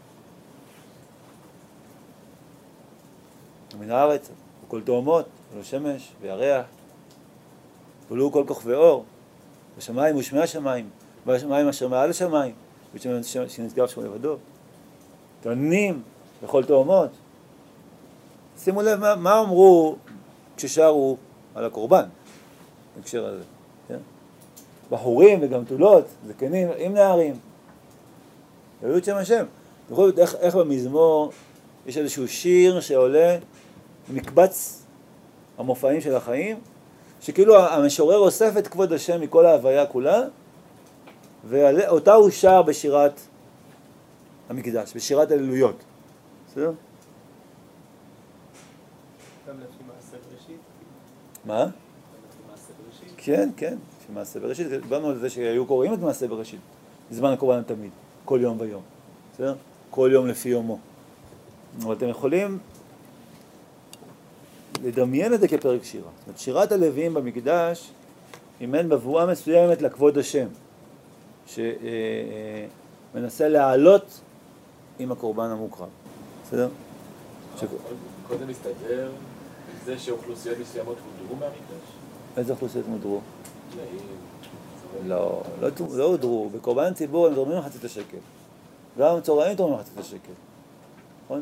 מן הארץ, וכל תאומות, ולו שמש וירח, ולו כל כוכבי אור, בשמיים ושמי השמיים, בשמיים אשר מעל השמיים, ושנשגב שמו לבדו. תענים לכל תאומות. שימו לב מה, מה אמרו כששרו על הקורבן, בהקשר הזה. כן? בחורים וגם תולות, זקנים עם נערים. יביאו את שם השם. תוכלו לראות איך, איך במזמור יש איזשהו שיר שעולה מקבץ המופעים של החיים, שכאילו המשורר אוסף את כבוד השם מכל ההוויה כולה, ואותה הוא שר בשירת המקדש, בשירת הללויות. בסדר? גם לפי מעשה בראשית? מה? גם לפי מעשה בראשית? כן, כן, לפי מעשה בראשית. דיברנו על זה שהיו קוראים את מעשה בראשית בזמן הקורבן תמיד, כל יום ויום. בסדר? כל יום לפי יומו. אבל אתם יכולים לדמיין את זה כפרק שירה. זאת אומרת, שירת הלוויים במקדש אם אין בבואה מסוימת לכבוד השם, שמנסה לעלות עם הקורבן המוקרב. בסדר? כל זה מסתדר עם זה שאוכלוסיות מסוימות הודרו מהמקדש? איזה אוכלוסיות מודרו? טלאים, לא, לא הודרו. בקורבן ציבור הם תורמים מחצית השקל. גם מצורעים תורמים מחצית השקל. נכון?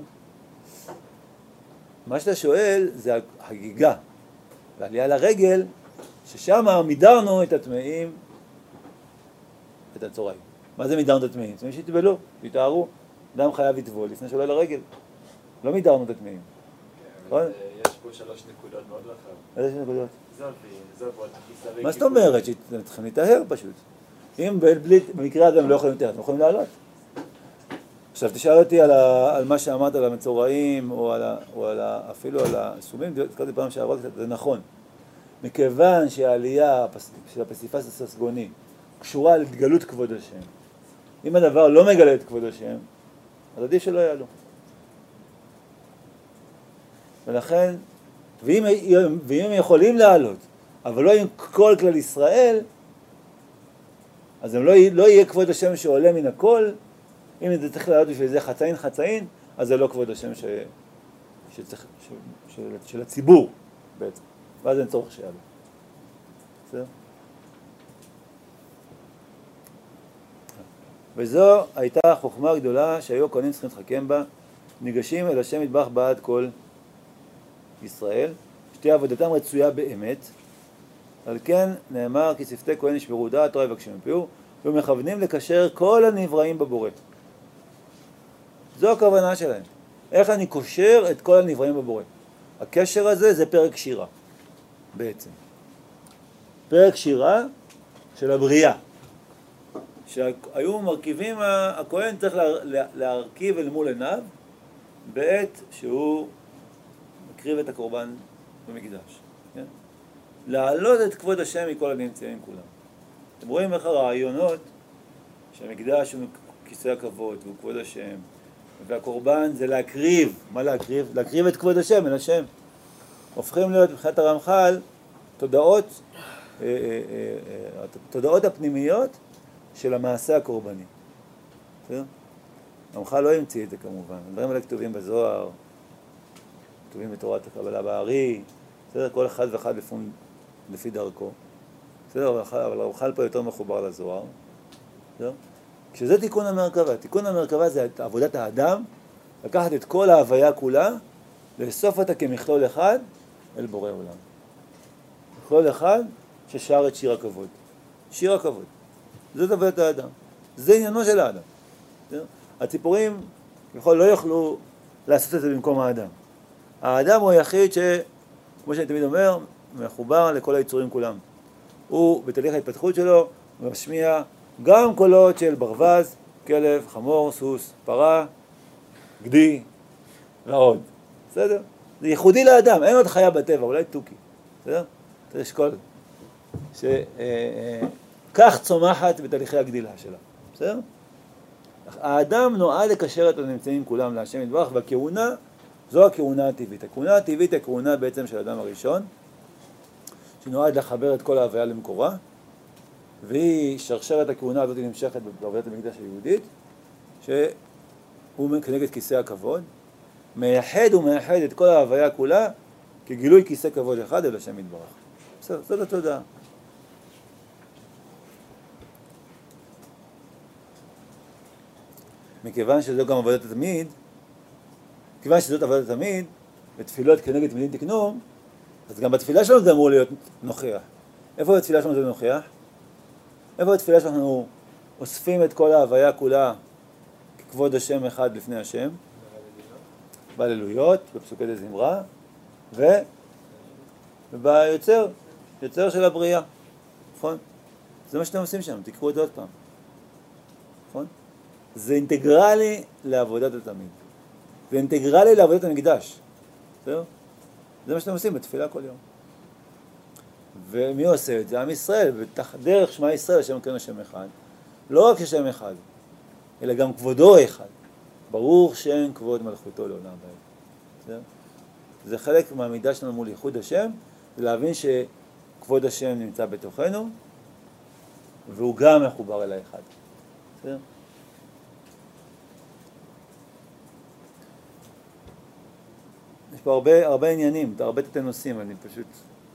מה שאתה שואל זה החגיגה, ועלייה לרגל, ששם מידרנו את הטמאים, את הצורעים. מה זה מידרנו את הטמאים? זאת אומרת שיטבלו, שיתארו. אדם חייב לטבול לפני שעולה לרגל. לא מידרנו את הטמאים. נכון? יש פה שלוש נקודות מאוד רחב. איזה נקודות? זווין, זוות, כיסא. מה זאת אומרת? שצריכים להתאהר פשוט. אם בלי, במקרה הזה הם לא יכולים להתאהר, הם יכולים לעלות. עכשיו תשאל אותי על, ה, על מה שאמרת על המצורעים, או, על ה, או על ה, אפילו על הסומים, הזכרתי פעם שעברה קצת, זה נכון. מכיוון שהעלייה של הפסיפס הססגוני קשורה להתגלות כבוד השם, אם הדבר לא מגלה את כבוד השם, אז עדיף שלא יעלו. ולכן, ואם, ואם הם יכולים לעלות, אבל לא עם כל כלל ישראל, אז הם לא, לא יהיה כבוד השם שעולה מן הכל. אם זה צריך לעלות בשביל זה חצאין חצאין, אז זה לא כבוד השם ש... שצריך... ש... של... של הציבור בעצם. ואז אין צורך שיעלו. בסדר? וזו הייתה החוכמה הגדולה שהיו הכהנים צריכים להתחכם בה, ניגשים אל השם יתברך בעד כל ישראל, שתהיה עבודתם רצויה באמת, על כן נאמר כי שפתי כהן ישמרו דעת תורה יבקשו מפיהו, ומכוונים לקשר כל הנבראים בבורא. זו הכוונה שלהם. איך אני קושר את כל הנבראים בבורא? הקשר הזה זה פרק שירה, בעצם. פרק שירה של הבריאה. שהיו מרכיבים, הכהן צריך להרכיב אל מול עיניו, בעת שהוא מקריב את הקורבן במקדש. כן? להעלות את כבוד השם מכל הנמצאים כולם. אתם רואים איך הרעיונות שהמקדש הוא כיסא הכבוד והוא כבוד השם, והקורבן זה להקריב. מה להקריב? להקריב את כבוד השם, אל השם. הופכים להיות מבחינת הרמח"ל תודעות, תודעות הפנימיות של המעשה הקורבני. בסדר? הרמח"ל לא המציא את זה כמובן. הדברים האלה כתובים בזוהר, כתובים בתורת הקבלה בארי, בסדר? כל אחד ואחד לפי, לפי דרכו. בסדר? אבל הרמח"ל פה יותר מחובר לזוהר. בסדר? כשזה תיקון המרכבה. תיקון המרכבה זה עבודת האדם, לקחת את כל ההוויה כולה, לאסוף אותה כמכלול אחד אל בורא עולם. מכלול אחד ששר את שיר הכבוד. שיר הכבוד. זאת עבודת האדם. זה עניינו של האדם. בסדר? הציפורים ככל לא יוכלו לעשות את זה במקום האדם. האדם הוא היחיד ש, כמו שאני תמיד אומר, מחובר לכל היצורים כולם. הוא בתהליך ההתפתחות שלו משמיע גם קולות של ברווז, כלב, חמור, סוס, פרה, גדי ועוד. בסדר? זה ייחודי לאדם, אין עוד חיה בטבע, אולי תוכי. בסדר? זה אשכול. שכך צומחת בתהליכי הגדילה שלה. בסדר? האדם נועד לקשר את הנמצאים כולם להשם יתברך, והכהונה זו הכהונה הטבעית. הכהונה הטבעית היא הכהונה בעצם של האדם הראשון, שנועד לחבר את כל ההוויה למקורה, והיא שרשרת הכהונה הזאת נמשכת בעבודת המקדש היהודית, שהוא כנגד כיסא הכבוד, מייחד ומייחד את כל ההוויה כולה כגילוי כיסא כבוד אחד אל השם יתברך. בסדר, זאת התודעה. מכיוון שזו גם עבודת התמיד, מכיוון שזאת עבודת התמיד, בתפילות כנגד תמידים תקנום, אז גם בתפילה שלנו זה אמור להיות נוכח. איפה בתפילה שלנו זה נוכח? איפה בתפילה שאנחנו אוספים את כל ההוויה כולה ככבוד השם אחד לפני השם? בהללויות, בפסוקי דזמרה, ו... וביוצר, יוצר של הבריאה. נכון? זה מה שאתם עושים שם, תקראו את זה עוד פעם. נכון? זה אינטגרלי לעבודת התמיד. זה אינטגרלי לעבודת המקדש. בסדר? זה מה שאתם עושים בתפילה כל יום. ומי עושה את זה? עם ישראל, דרך שמע ישראל, השם כן השם אחד. לא רק השם אחד, אלא גם כבודו אחד. ברוך שם כבוד מלכותו לעולם ועד. בסדר? זה חלק מהמידה שלנו מול ייחוד השם, זה להבין שכבוד השם נמצא בתוכנו, והוא גם מחובר אל האחד. בסדר? יש פה הרבה, הרבה עניינים, הרבה תתי נושאים, אני פשוט,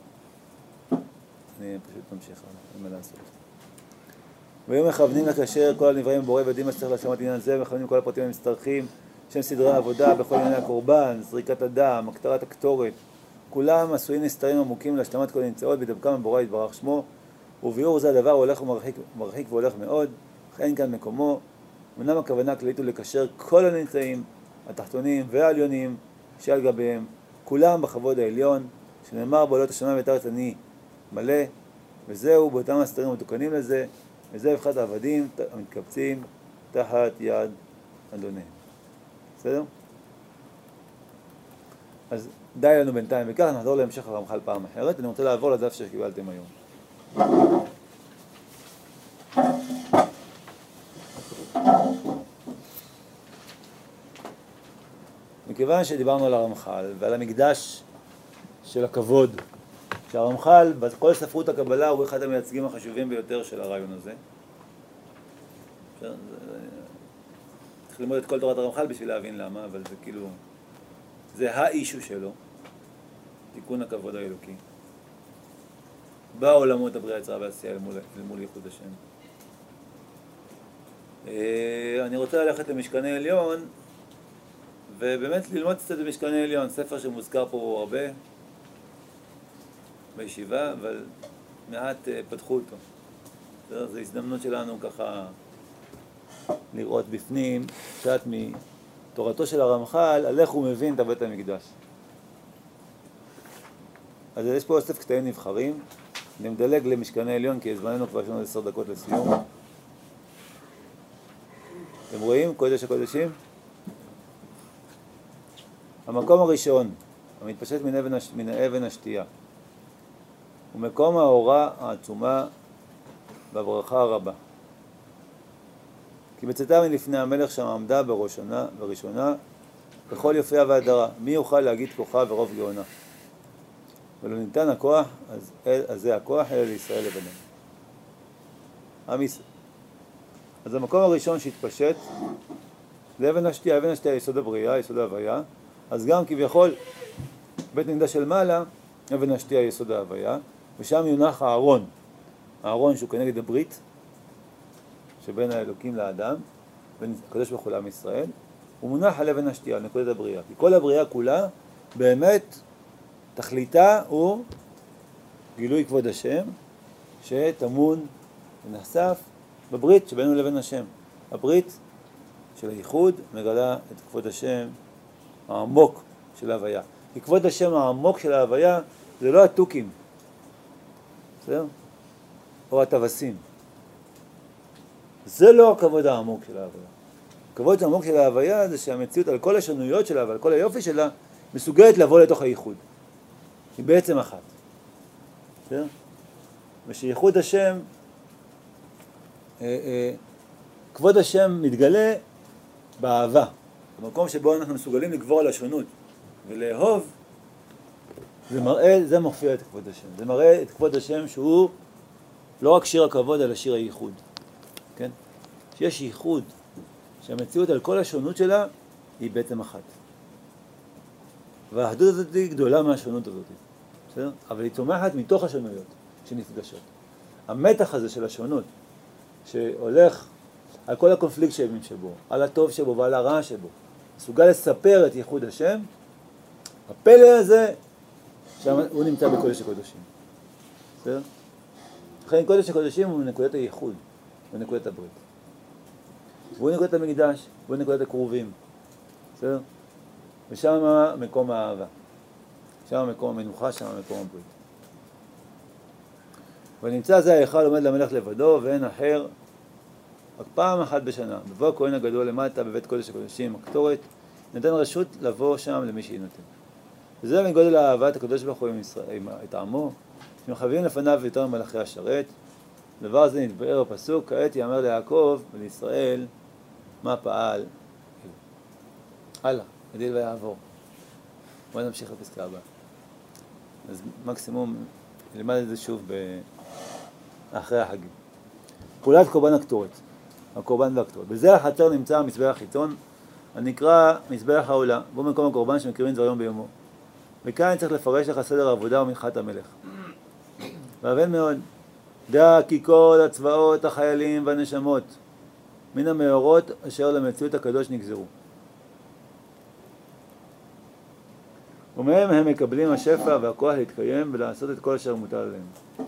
אני פשוט ממשיך, אין מה לעשות. והיום מכוונים לקשר כל הנבראים בורא ויודעים מה שצריך להשלמת עניין זה, מכוונים כל הפרטים המצטרכים, שם סדרי העבודה, בכל ענייני הקורבן, זריקת הדם, הקטרת הקטורת, כולם עשויים נסתרים עמוקים להשלמת כל הנמצאות, בדבקם הבורא יתברך שמו, וביאור זה הדבר הולך ומרחיק, מרחיק והולך מאוד, אך אין כאן מקומו. אמנם הכוונה הכללית הוא לקשר כל הנמצאים, התחתונים והעליונים, שעל גביהם, כולם בכבוד העליון, שנאמר בעולות השמיים ואת הארץ אני מלא, וזהו באותם הסתרים המתוקנים לזה, וזה הבחת העבדים המתקבצים תחת יד אדוניהם. בסדר? אז די לנו בינתיים וכך, נחזור להמשך הרמח"ל פעם אחרת. אני רוצה לעבור לדף שקיבלתם היום. מכיוון שדיברנו על הרמח"ל ועל המקדש של הכבוד, שהרמח"ל בכל ספרות הקבלה הוא אחד המייצגים החשובים ביותר של הרעיון הזה. צריך ללמוד את כל תורת הרמח"ל בשביל להבין למה, אבל זה כאילו, זה האישו שלו, תיקון הכבוד האלוקי. בעולמות הבריאה יצרה ועשייה למול, למול ייחוד השם. אני רוצה ללכת למשכני עליון, ובאמת ללמוד קצת במשכני עליון, ספר שמוזכר פה הרבה בישיבה, אבל מעט פתחו אותו. זו הזדמנות שלנו ככה לראות בפנים, קצת מתורתו של הרמח"ל, על איך הוא מבין את בית המקדש. אז יש פה אוסף קטעים נבחרים, אני מדלג למשכני עליון כי זמננו כבר יש לנו עשר דקות לסיום. אתם רואים? קודש הקודשים? המקום הראשון, המתפשט מן אבן, מן האבן השתייה, הוא מקום האורה העצומה והברכה הרבה. כי בצאתה מלפני המלך שם עמדה בראשונה, בראשונה בכל יופיה והדרה. מי יוכל להגיד כוחה ורוב גאונה? ולא ניתן הכוח, אז, אז זה הכוח אלא לישראל לבדם. עם ישראל. אז המקום הראשון שהתפשט זה אבן השתייה. אבן השתייה יסוד הבריאה, יסוד ההוויה. אז גם כביכול בית מקדש של מעלה, אבן השתייה יסוד ההוויה, ושם יונח הארון. הארון שהוא כנגד הברית שבין האלוקים לאדם, בין הקדוש ברוך הוא לעם ישראל, הוא מונח על אבן השתייה, על נקודת הבריאה. כי כל הבריאה כולה באמת תכליתה הוא גילוי כבוד השם שטמון ונחשף בברית שבינינו לבין השם. הברית של הייחוד מגלה את כבוד השם העמוק של ההוויה. כי כבוד השם העמוק של ההוויה זה לא התוכים, בסדר? או הטווסים. זה לא הכבוד העמוק של ההוויה. הכבוד העמוק של ההוויה זה שהמציאות על כל השונויות שלה ועל כל היופי שלה מסוגלת לבוא לתוך הייחוד. היא בעצם אחת. בסדר? ושייחוד השם, אה, אה, כבוד השם מתגלה באהבה. במקום שבו אנחנו מסוגלים לגבור על השונות ולאהוב, זה מראה, זה מופיע את כבוד השם. זה מראה את כבוד השם שהוא לא רק שיר הכבוד, אלא שיר הייחוד. כן? שיש ייחוד, שהמציאות על כל השונות שלה היא בעצם אחת. והאחדות הזאת היא גדולה מהשונות הזאת. בסדר? אבל היא צומחת מתוך השונויות שנפגשות. המתח הזה של השונות, שהולך על כל הקונפליקט שבו, על הטוב שבו ועל הרע שבו, מסוגל לספר את ייחוד השם, הפלא הזה, הוא נמצא בקודש הקודשים. בסדר? לכן קודש הקודשים הוא נקודת הייחוד, הוא נקודת הברית. והוא נקודת המקדש, והוא נקודת הקרובים. בסדר? ושם מקום האהבה. שם מקום המנוחה, שם מקום הברית. ונמצא זה ההיכל עומד למלך לבדו, ואין אחר, רק פעם אחת בשנה. בבוא הכהן הגדול למטה בבית קודש הקודשים, הקטורת, נותן רשות לבוא שם למי שהיא נותן. וזה מגודל אהבת הקדוש ברוך הוא עם ישראל, עם, את עמו, שמחווים לפניו יותר ממלאכי השרת. דבר זה נתבאר בפסוק, כעת יאמר ליעקב ולישראל מה פעל. הלאה, גדיל ויעבור. בואו נמשיך לפסקה הבאה. אז מקסימום נלמד את זה שוב ב... אחרי החגים. פעולת קורבן הקטורת, הקורבן והקטורת. בזה החצר נמצא המזבח החיצון, הנקרא מזבח העולה, בו מקום הקורבן שמקריבים דבר יום ביומו. וכאן צריך לפרש לך סדר העבודה ומנחת המלך. והבן מאוד, דע כי כל הצבאות, החיילים והנשמות, מן המאורות אשר למציאות הקדוש נגזרו. ומהם הם מקבלים השפע והכוח להתקיים ולעשות את כל אשר מוטל עליהם.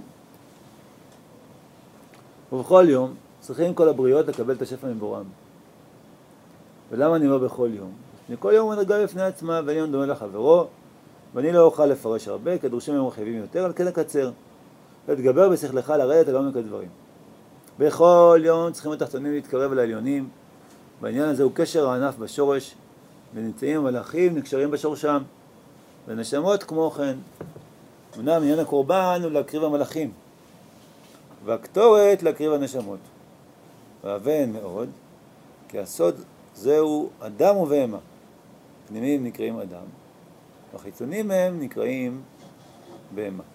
ובכל יום צריכים כל הבריות לקבל את השפע מבורם. ולמה אני אומר בכל יום? כל יום הוא נרגע בפני עצמה, ואני יום דומה לחברו, ואני לא אוכל לפרש הרבה, כי הדרושים הם רחבים יותר, על כן אקצר. ולהתגבר בשכלך לרדת על עומק הדברים. בכל יום צריכים התחתונים להתקרב אל העליונים, והעניין הזה הוא קשר הענף בשורש, ונמצאים המלאכים נקשרים בשורשם, ונשמות כמו כן. אמנם עניין הקורבן הוא להקריב המלאכים, והקטורת להקריב הנשמות. והבן מאוד, כי הסוד זהו אדם ובהמה. פנימיים נקראים אדם, והחיצונים הם נקראים בהמה.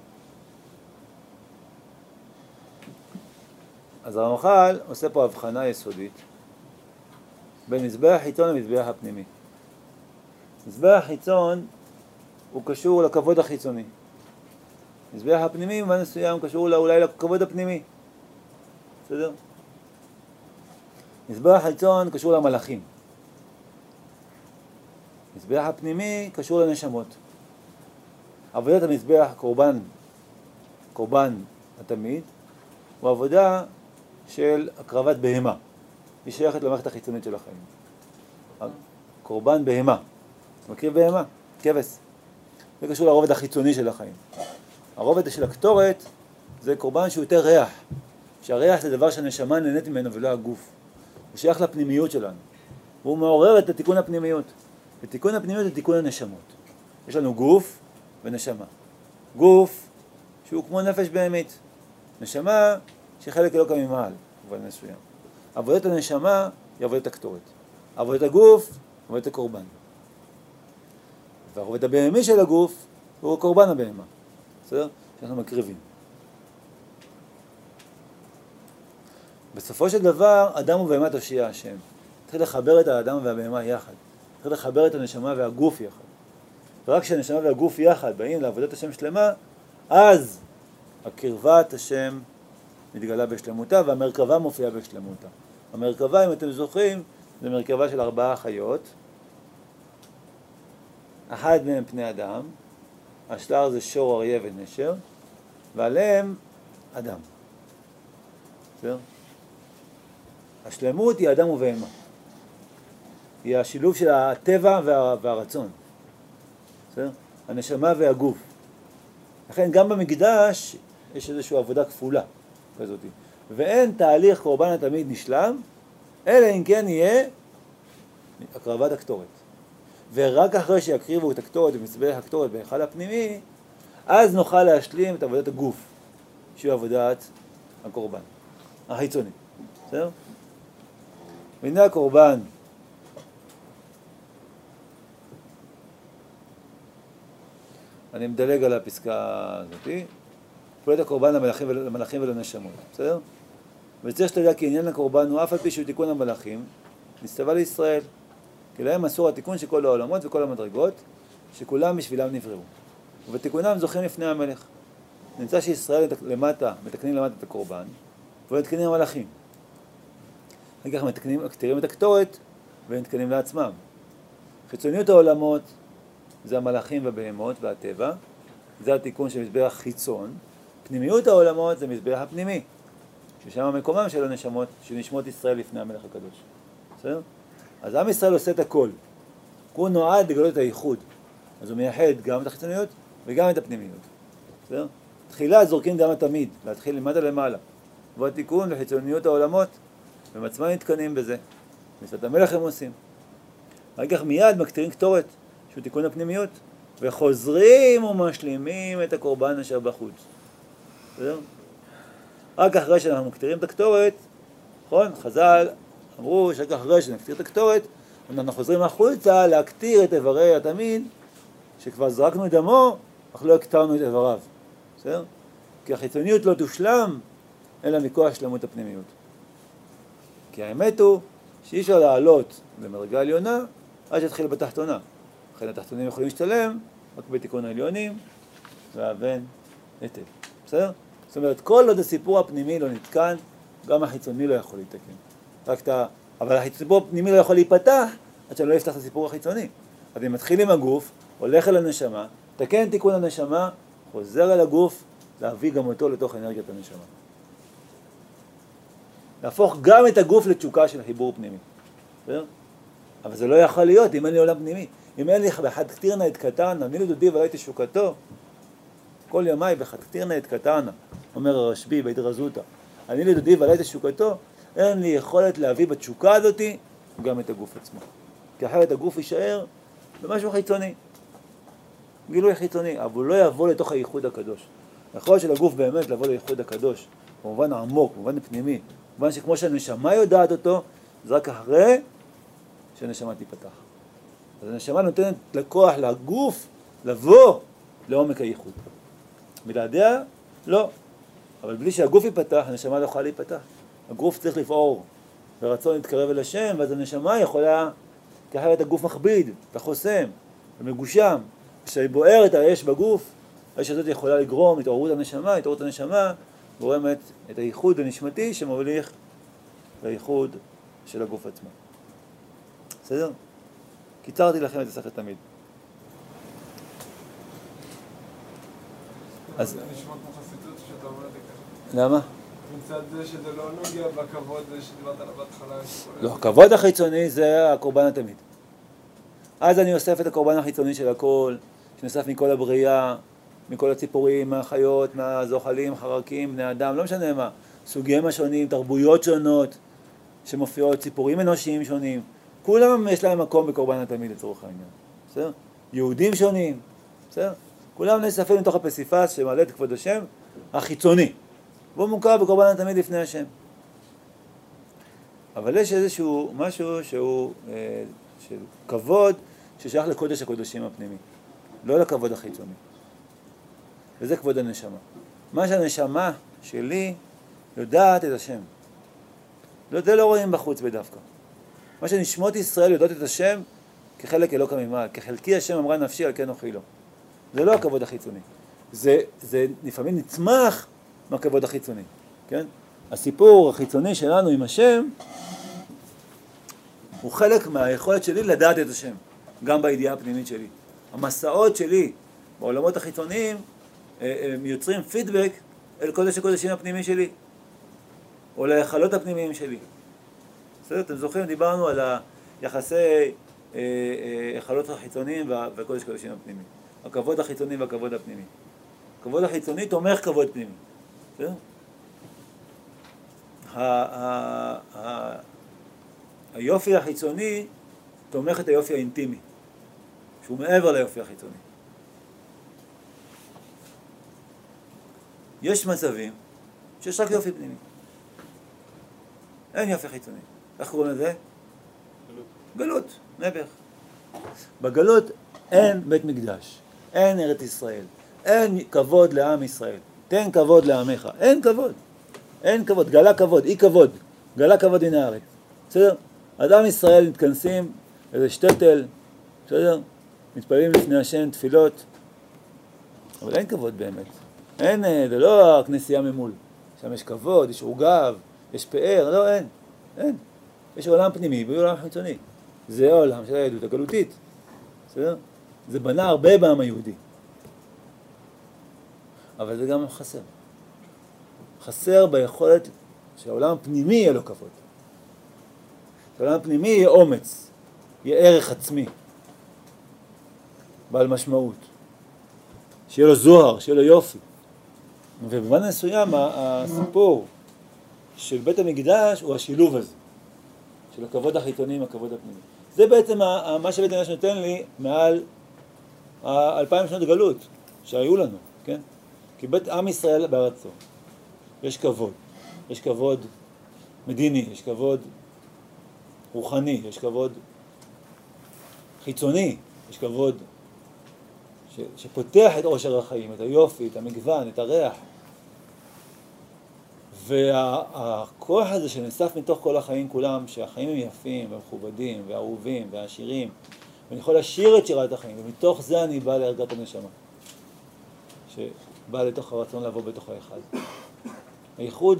אז הרמח"ל עושה פה הבחנה יסודית בין מזבח החיצון למזבח הפנימי. מזבח החיצון הוא קשור לכבוד החיצוני. מזבח הפנימי במובן מסוים קשור אולי לכבוד הפנימי. בסדר? מזבח החיצון קשור למלאכים. מזבח הפנימי קשור לנשמות. עבודת המזבח, קורבן, קורבן התמיד, הוא עבודה של הקרבת בהמה. היא שייכת למערכת החיצונית של החיים. קורבן בהמה. מקריב בהמה, כבש. זה קשור לרובד החיצוני של החיים. הרובד של הקטורת זה קורבן שהוא יותר ריח. שהריח זה דבר שהנשמה נהנית ממנו ולא הגוף. הוא שייך לפנימיות שלנו. והוא מעורר את התיקון הפנימיות. ותיקון הפנימיות זה תיקון הנשמות. יש לנו גוף ונשמה. גוף שהוא כמו נפש בהמית. נשמה שחלק אלוקא ממעל, אבל מסוים. עבודת הנשמה היא עבודת הקטורת. עבודת הגוף, עבודת הקורבן. והעבודת הבהמי של הגוף הוא קורבן הבהמה. בסדר? שאנחנו מקריבים. בסופו של דבר, אדם ובהמה תושיע השם. צריך לחבר את האדם והבהמה יחד. צריך לחבר את הנשמה והגוף יחד. ורק כשהנשמה והגוף יחד באים לעבודת השם שלמה, אז הקרבת השם מתגלה בשלמותה, והמרכבה מופיעה בשלמותה. המרכבה, אם אתם זוכרים, זה מרכבה של ארבעה חיות. אחד מהם פני אדם, השלר זה שור, אריה ונשר, ועליהם אדם. בסדר? השלמות היא אדם ובהמה. היא השילוב של הטבע וה, והרצון. בסדר? הנשמה והגוף. לכן גם במקדש יש איזושהי עבודה כפולה כזאת. ואין תהליך קורבן התמיד נשלם, אלא אם כן יהיה הקרבת הקטורת. ורק אחרי שיקריבו את הקטורת ומזבח הקטורת בהיכל הפנימי, אז נוכל להשלים את עבודת הגוף, שהיא עבודת הקורבן, החיצוני. בסדר? והנה הקורבן. אני מדלג על הפסקה הזאת. פעולת הקורבן למלאכים, למלאכים ולנשמות. בסדר? וצריך שתדע כי עניין הקורבן הוא אף על פי שהוא תיקון המלאכים, נצטווה לישראל. כי להם אסור התיקון של כל העולמות וכל המדרגות, שכולם בשבילם נבראו. ובתיקונם זוכים לפני המלך. נמצא שישראל למטה, מתקנים למטה את הקורבן, ומתקנים המלאכים. אחר כך מתקנים, מקטירים את הקטורת, ומתקנים לעצמם. חיצוניות העולמות זה המלאכים והבהמות והטבע, זה התיקון של מזבח חיצון. פנימיות העולמות זה מזבח הפנימי, ששם המקומם של הנשמות, של נשמות ישראל לפני המלך הקדוש. בסדר? אז עם ישראל עושה את הכל. הוא נועד לגלות את הייחוד. אז הוא מייחד גם את החיצוניות וגם את הפנימיות. בסדר? תחילה זורקים גם התמיד, להתחיל למטה למעלה. והתיקון לחיצוניות העולמות, והם עצמם נתקנים בזה. מצוות המלך הם עושים. אחר כך מיד מקטירים קטורת, שהוא תיקון הפנימיות, וחוזרים ומשלימים את הקורבן אשר בחוץ. בסדר? רק אחרי שאנחנו מקטירים את הקטורת, נכון? חז"ל אמרו שרק אחרי שנקטיר את הקטורת, אנחנו חוזרים החוצה להקטיר את איברי התמיד, שכבר זרקנו את דמו, אך לא הקטרנו את איבריו. בסדר? כי החיצוניות לא תושלם, אלא מכוח שלמות הפנימיות. כי האמת הוא שאי אפשר לעלות למדרגה עליונה עד שתתחיל בתחתונה. לכן התחתונים יכולים להשתלם רק בתיקון העליונים והבן היטב. בסדר? זאת אומרת, כל עוד הסיפור הפנימי לא נתקן, גם החיצוני לא יכול להתקן. רק אתה... אבל הסיפור הפנימי לא יכול להיפתח עד שאני לא אפתח את הסיפור החיצוני. אז אני מתחיל עם הגוף, הולך אל הנשמה, תקן תיקון הנשמה, חוזר אל הגוף, להביא גם אותו לתוך אנרגיית הנשמה. להפוך גם את הגוף לתשוקה של חיבור פנימי. בסדר? אבל זה לא יכול להיות אם אין לי עולם פנימי. אם אין לי בחד קטירנה את קטנה, אני לדודי ולא הייתי שוקתו, כל ימיי בחד קטירנה את קטנה, אומר הרשב"י בהתרזותא, אני לדודי ולא הייתי שוקתו, אין לי יכולת להביא בתשוקה הזאת גם את הגוף עצמו. כי אחרת הגוף יישאר במשהו חיצוני. גילוי חיצוני, אבל הוא לא יבוא לתוך הייחוד הקדוש. יכול של הגוף באמת לבוא לייחוד הקדוש, במובן העמוק, במובן הפנימי, במובן שכמו שהנשמה יודעת אותו, זה רק אחרי שהנשמה תיפתח. אז הנשמה נותנת לכוח לגוף לבוא לעומק הייחוד. בלעדיה, לא. אבל בלי שהגוף ייפתח, הנשמה לא יכולה להיפתח. הגוף צריך לפעור, ורצון להתקרב אל השם, ואז הנשמה יכולה, כי אחרת הגוף מכביד, וחוסם, ומגושם. כשבוער את האש בגוף, האש הזאת יכולה לגרום התעוררות הנשמה, התעוררות הנשמה גורמת את הייחוד הנשמתי שמוליך לייחוד של הגוף עצמו. בסדר? קיצרתי לכם את הסכת תמיד. אז... זה נשמע כמו חסידות שאתה אומר לי ככה. למה? מצד זה שזה לא נוגע בכבוד שדיברת עליו בהתחלה. לא, הכבוד החיצוני זה הקורבן התמיד. אז אני אוסף את הקורבן החיצוני של הכל, שנוסף מכל הבריאה, מכל הציפורים, מהחיות, מהזוחלים, חרקים, בני אדם, לא משנה מה, סוגיהם השונים, תרבויות שונות שמופיעות, ציפורים אנושיים שונים, כולם יש להם מקום בקורבן התמיד לצורך העניין. בסדר? יהודים שונים, בסדר? כולם נאספים לתוך הפסיפס שמעלה את כבוד השם החיצוני. והוא מוכר בקורבן התמיד לפני השם. אבל יש איזשהו משהו שהוא אה, של כבוד ששייך לקודש הקודשים הפנימי, לא לכבוד החיצוני. וזה כבוד הנשמה. מה שהנשמה שלי יודעת את השם. לא, זה לא רואים בחוץ בדווקא. מה שנשמות ישראל יודעות את השם כחלק אלוקא ממעל, כחלקי השם אמרה נפשי על כן אוכילו. זה לא הכבוד החיצוני. זה, זה לפעמים נצמח מהכבוד החיצוני. כן? הסיפור החיצוני שלנו עם השם הוא חלק מהיכולת שלי לדעת את השם, גם בידיעה הפנימית שלי. המסעות שלי בעולמות החיצוניים הם יוצרים פידבק אל קודש הקודשים הפנימי שלי, או להיכלות הפנימיים שלי. בסדר? אתם זוכרים, דיברנו על היחסי היכלות החיצוניים וקודש הקודשים הפנימי. הכבוד החיצוני והכבוד הפנימי. הכבוד החיצוני תומך כבוד פנימי. בסדר? היופי החיצוני תומך את היופי האינטימי, שהוא מעבר ליופי החיצוני. יש מצבים שיש רק יופי פנימי. אין יופי חיצוני. איך קוראים לזה? גלות. גלות, נבח. בגלות אין בית מקדש, אין ארץ ישראל, אין כבוד לעם ישראל. תן כבוד לעמך. אין כבוד. אין כבוד, גלה כבוד, אי כבוד. גלה כבוד מן הארץ. בסדר? אדם ישראל מתכנסים, איזה שטטל, בסדר? מתפללים לפני השם, תפילות, אבל אין כבוד באמת. אין, זה לא הכנסייה ממול. שם יש כבוד, יש עוגב, יש פאר, לא, אין. אין. יש עולם פנימי ועולם חיצוני. זה העולם של היהדות הגלותית. בסדר? זה בנה הרבה בעם היהודי. אבל זה גם חסר. חסר ביכולת שהעולם הפנימי יהיה לו כבוד. שהעולם הפנימי יהיה אומץ, יהיה ערך עצמי, בעל משמעות. שיהיה לו זוהר, שיהיה לו יופי. ובמובן מסוים הסיפור של בית המקדש הוא השילוב הזה. של הכבוד החיצוני עם הכבוד הפנימי. זה בעצם מה שבית המקדש נותן לי מעל האלפיים שנות גלות שהיו לנו, כן? כי בית עם ישראל בארצו, יש כבוד, יש כבוד מדיני, יש כבוד רוחני, יש כבוד חיצוני, יש כבוד ש, שפותח את עושר החיים, את היופי, את המגוון, את הריח. והכוח הזה שנאסף מתוך כל החיים כולם, שהחיים הם יפים ומכובדים ואהובים ועשירים, ואני יכול לשיר את שירת החיים, ומתוך זה אני בא לערגת הנשמה, שבא לתוך הרצון לבוא בתוך האחד. הייחוד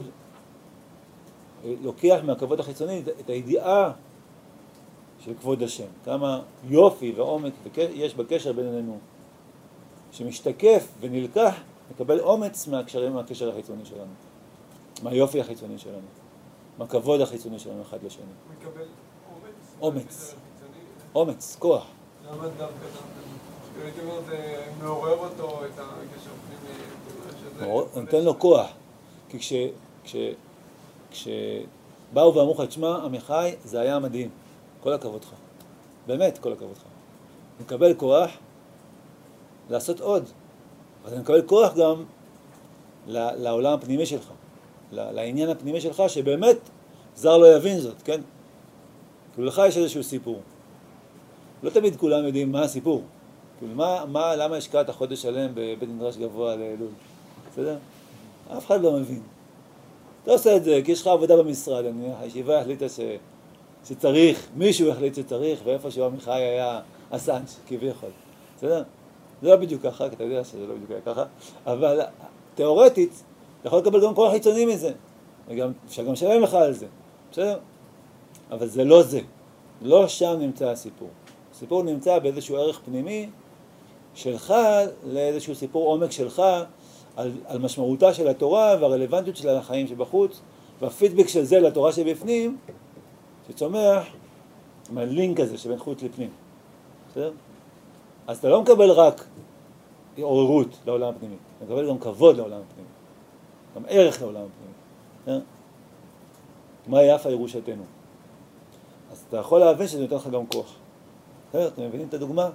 לוקח מהכבוד החיצוני את הידיעה של כבוד השם, כמה יופי ועומק יש בקשר בינינו, שמשתקף ונלקח, מקבל אומץ מהקשרים, מהקשר החיצוני שלנו, מהיופי החיצוני שלנו, מהכבוד החיצוני שלנו אחד לשני. מקבל אומץ? אומץ. אומץ, כוח. למה דווקא דווקא? הייתי אומר, זה מעורר אותו, את הקשר הפנימי. נותן לו כוח. כי כש... כש... כשבאו ואמרו לך את שמע עמיחי, זה היה מדהים. כל הכבודך. באמת, כל הכבודך. מקבל כוח לעשות עוד. אבל אני מקבל כוח גם לעולם הפנימי שלך. לעניין הפנימי שלך, שבאמת זר לא יבין זאת, כן? כאילו לך יש איזשהו סיפור. לא תמיד כולם יודעים מה הסיפור. כאילו מה, מה, למה השקעת החודש שלם בבית מדרש גבוה לאלול? בסדר? אף אחד לא מבין. אתה עושה את זה, כי יש לך עבודה במשרד, אני, הישיבה החליטה ש, שצריך, מישהו החליט שצריך, ואיפה שהוא עמיחי היה הסאנץ', כביכול. בסדר? זה לא בדיוק ככה, כי אתה יודע שזה לא בדיוק היה ככה, אבל תיאורטית, אתה יכול לקבל גם כוח חיצוני מזה, וגם, אפשר גם לשלם לך על זה, בסדר? אבל זה לא זה, לא שם נמצא הסיפור. הסיפור נמצא באיזשהו ערך פנימי שלך, לאיזשהו סיפור עומק שלך, על, על משמעותה של התורה והרלוונטיות של החיים שבחוץ, והפידבק של זה לתורה שבפנים, שצומח מהלינק הזה שבין חוץ לפנים. בסדר? אז אתה לא מקבל רק עוררות לעולם הפנימי, אתה מקבל גם כבוד לעולם הפנימי, גם ערך לעולם הפנימי. בסדר? מה יפה ירושתנו? אז אתה יכול להבין שזה נותן לך גם כוח. בסדר? אתם מבינים את הדוגמה?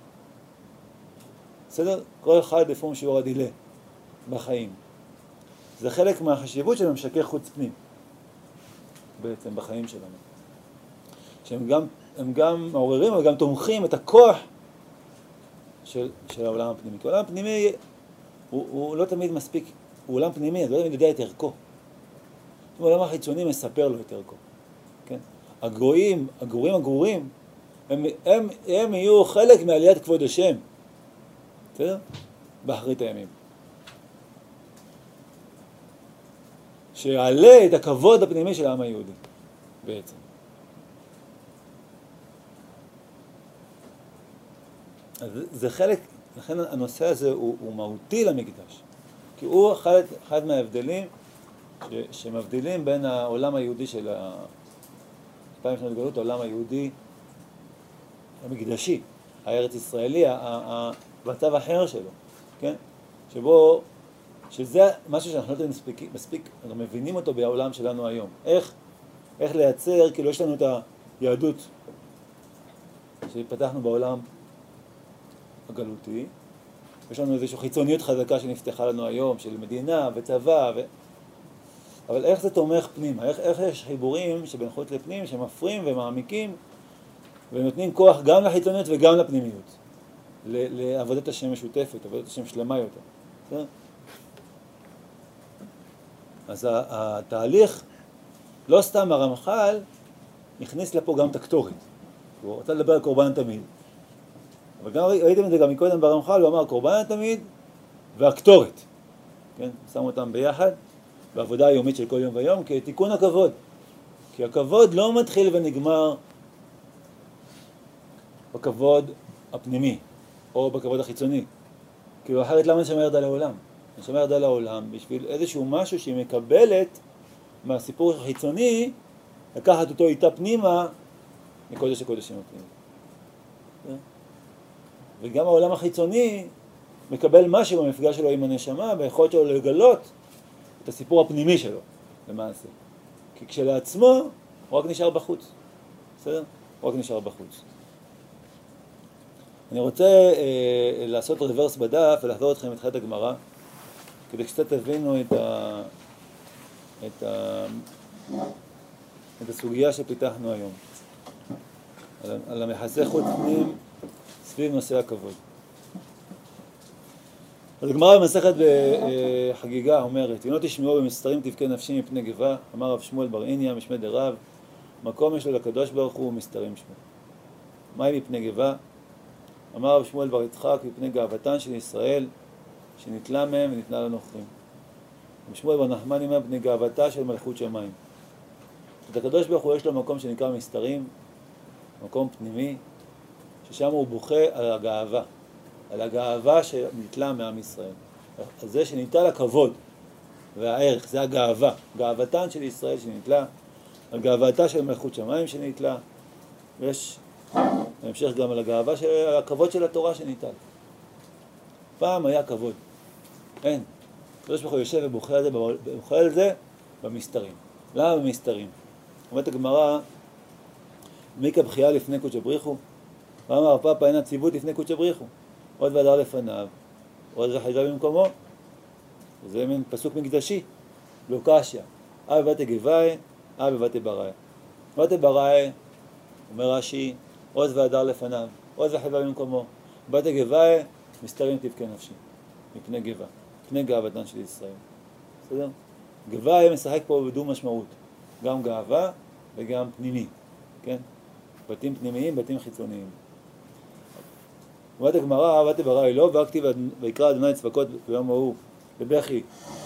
בסדר? כל אחד לפעמים שיעור הדילה בחיים. זה חלק מהחשיבות של ממשקי חוץ פנים בעצם בחיים שלנו. שהם גם, הם גם מעוררים אבל גם תומכים את הכוח של, של העולם הפנימי. כי העולם הפנימי הוא, הוא לא תמיד מספיק, הוא עולם פנימי, אז לא תמיד יודע את ערכו. העולם החיצוני מספר לו את ערכו. כן? הגרועים, הגרועים הגרועים, הם, הם, הם יהיו חלק מעליית כבוד השם. בסדר? באחרית הימים. שיעלה את הכבוד הפנימי של העם היהודי, בעצם. אז זה חלק, לכן הנושא הזה הוא, הוא מהותי למקדש. כי הוא אחד, אחד מההבדלים ש, שמבדילים בין העולם היהודי של אלפיים שנות גלות, העולם היהודי המקדשי, הארץ ישראלי, המצב האחר שלו, כן? שבו, שזה משהו שאנחנו לא מספיק, מספיק, אנחנו מבינים אותו בעולם שלנו היום. איך, איך לייצר, כאילו יש לנו את היהדות שפתחנו בעולם הגלותי, יש לנו איזושהי חיצוניות חזקה שנפתחה לנו היום, של מדינה וצבא, ו... אבל איך זה תומך פנימה? איך, איך יש חיבורים שבין חוץ לפנים שמפרים ומעמיקים ונותנים כוח גם לחיצוניות וגם לפנימיות, לעבודת השם משותפת, עבודת השם שלמה יותר. בסדר? אז התהליך, לא סתם הרמח"ל, הכניס לפה גם את הקטורת. הוא רוצה לדבר על קורבן תמיד. אבל גם ראיתם את זה גם מקודם ברמח"ל, הוא אמר קורבן תמיד והקטורת. כן? שמו אותם ביחד, בעבודה היומית של כל יום ויום, כתיקון הכבוד. כי הכבוד לא מתחיל ונגמר בכבוד הפנימי, או בכבוד החיצוני. כי אחרת למה נשמה ירדה לעולם? נשמה ירדה לעולם בשביל איזשהו משהו שהיא מקבלת מהסיפור החיצוני, לקחת אותו איתה פנימה מקודש הקודשים הפנימי. וגם העולם החיצוני מקבל משהו במפגש שלו עם הנשמה, ביכולת שלו לגלות את הסיפור הפנימי שלו, למעשה. כי כשלעצמו הוא רק נשאר בחוץ. בסדר? הוא רק נשאר בחוץ. אני רוצה אה, לעשות רוורס בדף ולחזור אתכם לתחילת הגמרא, כדי שקצת תבינו את, ה, את, ה, את הסוגיה שפיתחנו היום, על, על המחסי חוץ פנים סביב נושא הכבוד. אז הגמרא במסכת בחגיגה אומרת, הנה תשמעו במסתרים תבכה נפשי מפני גבה, אמר רב שמואל בר עיניא משמי דרב, מקום יש לו לקדוש ברוך הוא ומסתרים שמו. מהי מפני גבה? אמר רב שמואל בר יצחק מפני גאוותן של ישראל שנתלה מהם וניתנה לנוכרים. רב שמואל בר נחמן אומר מפני גאוותה של מלכות שמיים. את הקדוש ברוך הוא יש לו מקום שנקרא מסתרים, מקום פנימי, ששם הוא בוכה על הגאווה, על הגאווה שנתלה מעם ישראל. על זה שניתן לכבוד והערך, זה הגאווה, גאוותן של ישראל שנתלה, על גאוותה של מלכות שמיים שנתלה, ויש המשך גם על הגאווה של הכבוד של התורה שניתן. פעם היה כבוד, אין. הקדוש ברוך הוא יושב ובוכה על זה, בוכה על זה במסתרים. למה במסתרים? אומרת הגמרא, מיקה בחייה לפני קודשא בריחו, ואמר פאפא אין הציוות לפני קודשא בריחו, עוד והדר לפניו, עוד וחייבה במקומו. זה מין פסוק מקדשי, לא קשיא. אה בבתי גבאי, אה בבתי בראי. בבתי בראי, אומר רש"י, עוד והדר לפניו, עוד וחייבה במקומו. בבתי גבאי, מסתרים תבכה נפשי, מפני גבה, מפני גאוותן של ישראל. בסדר? גבאי משחק פה בדו משמעות, גם גאווה וגם פנימי, כן? בתים פנימיים, בתים חיצוניים. אומרת הגמרא, בבתי בראי לא, והכתיב ויקרא אדוני צבקות ביום ההוא בבכי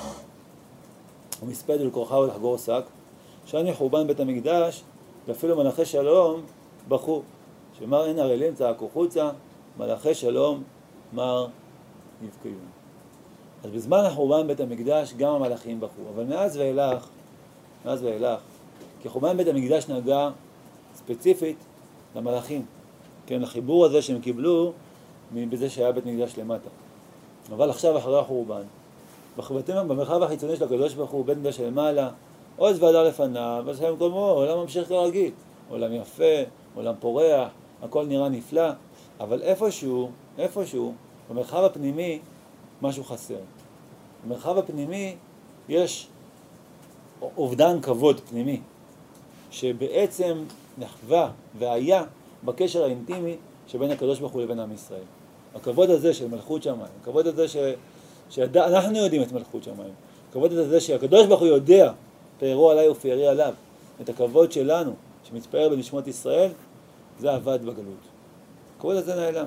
ומספד ולכורחה ולחגור שק, שאני חורבן בית המקדש ואפילו מלאכי שלום בכו, שמר אין ערלים צעקו חוצה, מלאכי שלום מר נבקיון. אז בזמן החורבן בית המקדש גם המלאכים בכו, אבל מאז ואילך, מאז ואילך, כי חורבן בית המקדש נגע ספציפית למלאכים, כן, לחיבור הזה שהם קיבלו בזה שהיה בית מקדש למטה. אבל עכשיו אחרי החורבן, במרחב החיצוני של הקדוש ברוך הוא, בית מקדש למעלה, עוז והדר לפניו, ועושה במקומו, עולם ממשיך כרגיל, עולם יפה, עולם פורח, הכל נראה נפלא, אבל איפשהו, איפשהו, במרחב הפנימי, משהו חסר. במרחב הפנימי יש אובדן כבוד פנימי, שבעצם נחווה והיה בקשר האינטימי שבין הקדוש ברוך הוא לבין עם ישראל. הכבוד הזה של מלכות שמיים, הכבוד הזה ש... שאנחנו יודעים את מלכות שמיים, הכבוד הזה שהקדוש ברוך הוא יודע, פארו עליי ופארי עליו, את הכבוד שלנו שמתפאר בנשמות ישראל, זה אבד בגלות. הכבוד הזה נעלם.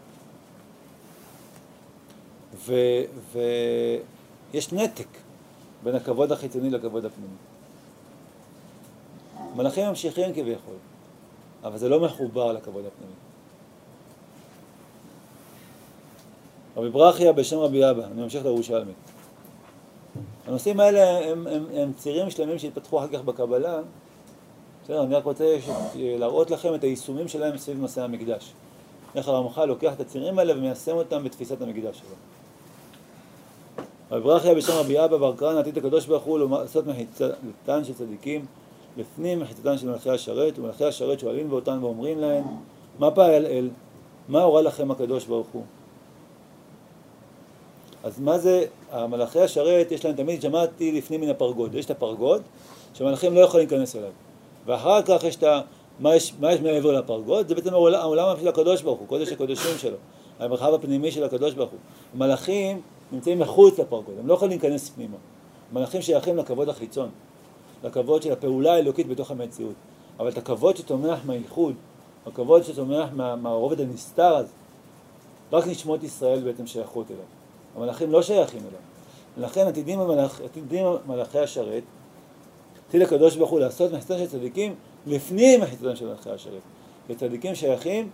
ויש ו... נתק בין הכבוד החיצוני לכבוד הפנימי. מלאכים ממשיכים כביכול, אבל זה לא מחובר לכבוד הפנימי. רבי ברכיה בשם רבי אבא, אני ממשיך לירושלמי. הנושאים האלה הם, הם, הם צירים שלמים שהתפתחו אחר כך בקבלה. בסדר, אני רק רוצה להראות לכם את היישומים שלהם סביב נושא המקדש. איך הרמח"ל לוקח את הצירים האלה ומיישם אותם בתפיסת המקדש שלו. רבי ברכיה בשם רבי אבא בר כהנא עתיד הקדוש ברוך הוא לעשות מחיצתן של צדיקים לפנים מחיצתן של מלאכי השרת, ומלאכי השרת שואלים באותן ואומרים להם, מה פעל אל? מה הורה לכם הקדוש ברוך הוא? אז מה זה, המלאכי השרת יש להם תמיד, שמעתי לפנים מן הפרגוד, יש את הפרגוד שהמלאכים לא יכולים להיכנס אליו, ואחר כך יש את ה... מה יש, מה יש מעבר לפרגוד? זה בעצם העולם של הקדוש ברוך הוא, קודש הקודשים שלו, המרחב הפנימי של הקדוש ברוך הוא. המלאכים נמצאים מחוץ לפרגוד, הם לא יכולים להיכנס פנימה. המלאכים שייכים לכבוד החיצון, לכבוד של הפעולה האלוקית בתוך המציאות. אבל את הכבוד שתומך מהייחוד, הכבוד שתומך מה, מהרובד הנסתר הזה, רק נשמות ישראל בעצם שייכות אליו. המלאכים לא שייכים אליו. ולכן עתידים המלאכ, עתידים מלאכי השרת, עתיד הקדוש ברוך הוא לעשות מחיצתן של צדיקים לפנים מחיצתן של מלאכי השרת. וצדיקים שייכים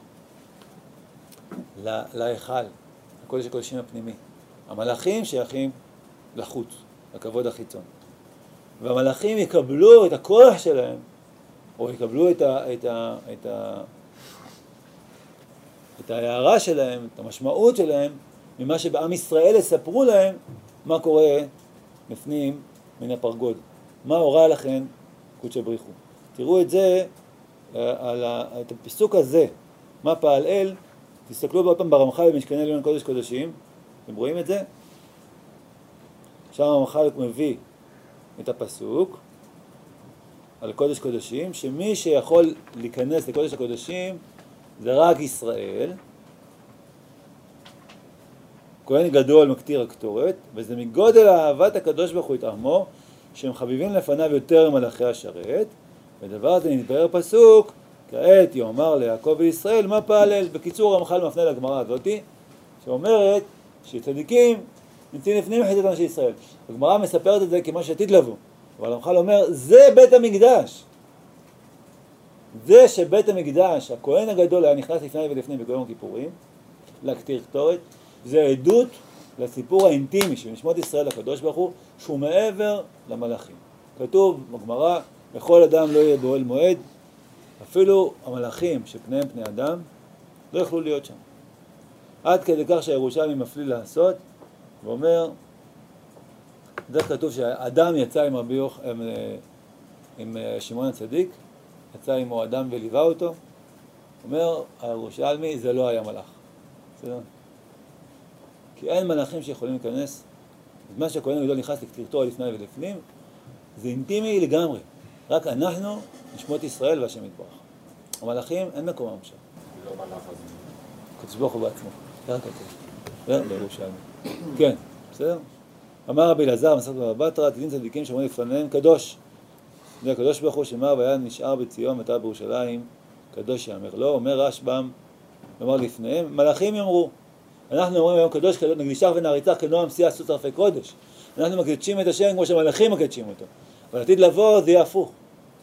להיכל, לקודש הקודשים הפנימי. המלאכים שייכים לחוץ, לכבוד החיצון. והמלאכים יקבלו את הכוח שלהם, או יקבלו את ה, את ה, את ה, את ההערה שלהם, את המשמעות שלהם, ממה שבעם ישראל יספרו להם מה קורה לפנים מן הפרגוד. מה הורה לכן קודשא בריחו. תראו את זה על ה, את הפסוק הזה, מה פעל אל, תסתכלו בעוד פעם ברמח"ל במשכני עליון קודש קודשים, אתם רואים את זה? שם הרמח"ל מביא את הפסוק על קודש קודשים, שמי שיכול להיכנס לקודש הקודשים זה רק ישראל, כהן גדול מקטיר הקטורת, וזה מגודל אהבת הקדוש ברוך הוא את עמו, שהם חביבים לפניו יותר ממלאכי השרת, ודבר הזה נתבהר פסוק, כעת יאמר ליעקב וישראל מה פעל אל. בקיצור הרמח"ל מפנה לגמרא הזאת, שאומרת שצדיקים נמצאים לפנים מחיצתם של ישראל. הגמרא מספרת את זה כמו שעתיד לבוא, אבל הרמח"ל אומר, זה בית המקדש. זה שבית המקדש, הכהן הגדול היה נכנס לפני ולפנים בכל יום כיפורים, להקטיר קטורת, זה עדות לסיפור האינטימי של נשמות ישראל לקדוש ברוך הוא, שהוא מעבר למלאכים. כתוב בגמרא, לכל אדם לא יהיה באוהל מועד, אפילו המלאכים שפניהם פני אדם לא יכלו להיות שם. עד כדי כך שהירושלמי מפליא לעשות, ואומר, זה כתוב שהאדם יצא עם, הביוך, עם, עם שמעון הצדיק, יצא עמו אדם וליווה אותו, אומר הירושלמי, זה לא היה מלאך. בסדר? כי אין מלאכים שיכולים להיכנס, מה שהכהן הגדול נכנס לקטירתו לפני ולפנים, זה אינטימי לגמרי. רק אנחנו, נשמות ישראל והשם יתברך. המלאכים אין מקומם שם. לא מלאך הזה. קדוש ברוך הוא בעצמו. ככה כתוב. בירושלמי. כן, בסדר? אמר רבי אלעזר, מסכת בבא בתרא, תדין צדיקים שאומרים לפניהם קדוש. זה הקדוש ברוך הוא שמר והיה נשאר בציון מטר בירושלים, קדוש יאמר לו. אומר רשב"ם, אמר לפניהם, מלאכים יאמרו. אנחנו אומרים היום קדוש, קדוש, נקדישך ונעריצך כנועם שיא עשו צרפי קודש. אנחנו מקדשים את השם כמו שהמלאכים מקדשים אותו. אבל עתיד לבוא זה יהיה הפוך.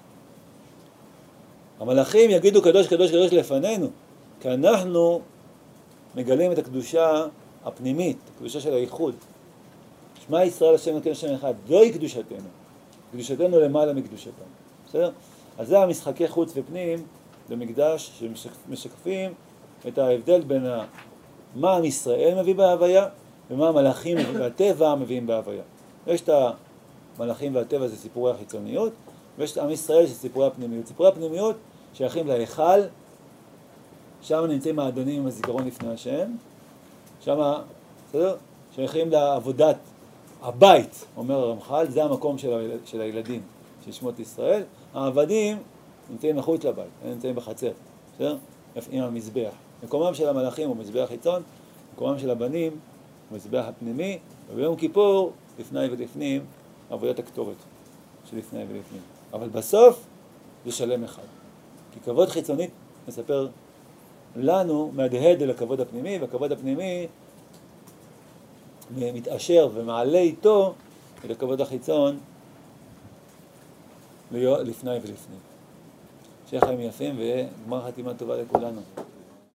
המלאכים יגידו קדוש קדוש קדוש לפנינו, כי אנחנו מגלים את הקדושה הפנימית, הקדושה של הייחוד. שמע ישראל השם אלוקינו השם אחד, זוהי קדושתנו. קדושתנו למעלה מקדושתנו. בסדר? אז זה המשחקי חוץ ופנים במקדש שמשקפים את ההבדל בין מה עם ישראל מביא בהוויה ומה המלאכים והטבע מביאים בהוויה. יש את המלאכים והטבע, זה סיפורי החיצוניות, ויש את עם ישראל שזה סיפורי הפנימיות. סיפורי הפנימיות שייכים להיכל, שם נמצאים האדונים עם הזיכרון לפני השם, שם, בסדר? שייכים לעבודת הבית, אומר הרמח"ל, זה המקום של, הילד, של הילדים, של שמות ישראל. העבדים נמצאים מחוץ לבית, הם נמצאים בחצר, בסדר? עם המזבח. מקומם של המלאכים הוא מזבח חיצון, מקומם של הבנים הוא מזבח הפנימי, וביום כיפור, לפני ולפנים, עבודת הקטורת שלפני ולפנים. אבל בסוף זה שלם אחד. כי כבוד חיצונית מספר לנו מהדהד אל הכבוד הפנימי, והכבוד הפנימי מתאשר ומעלה איתו את הכבוד החיצון לפני ולפנים. שיהיה חיים יפים וגמר חתימה טובה לכולנו.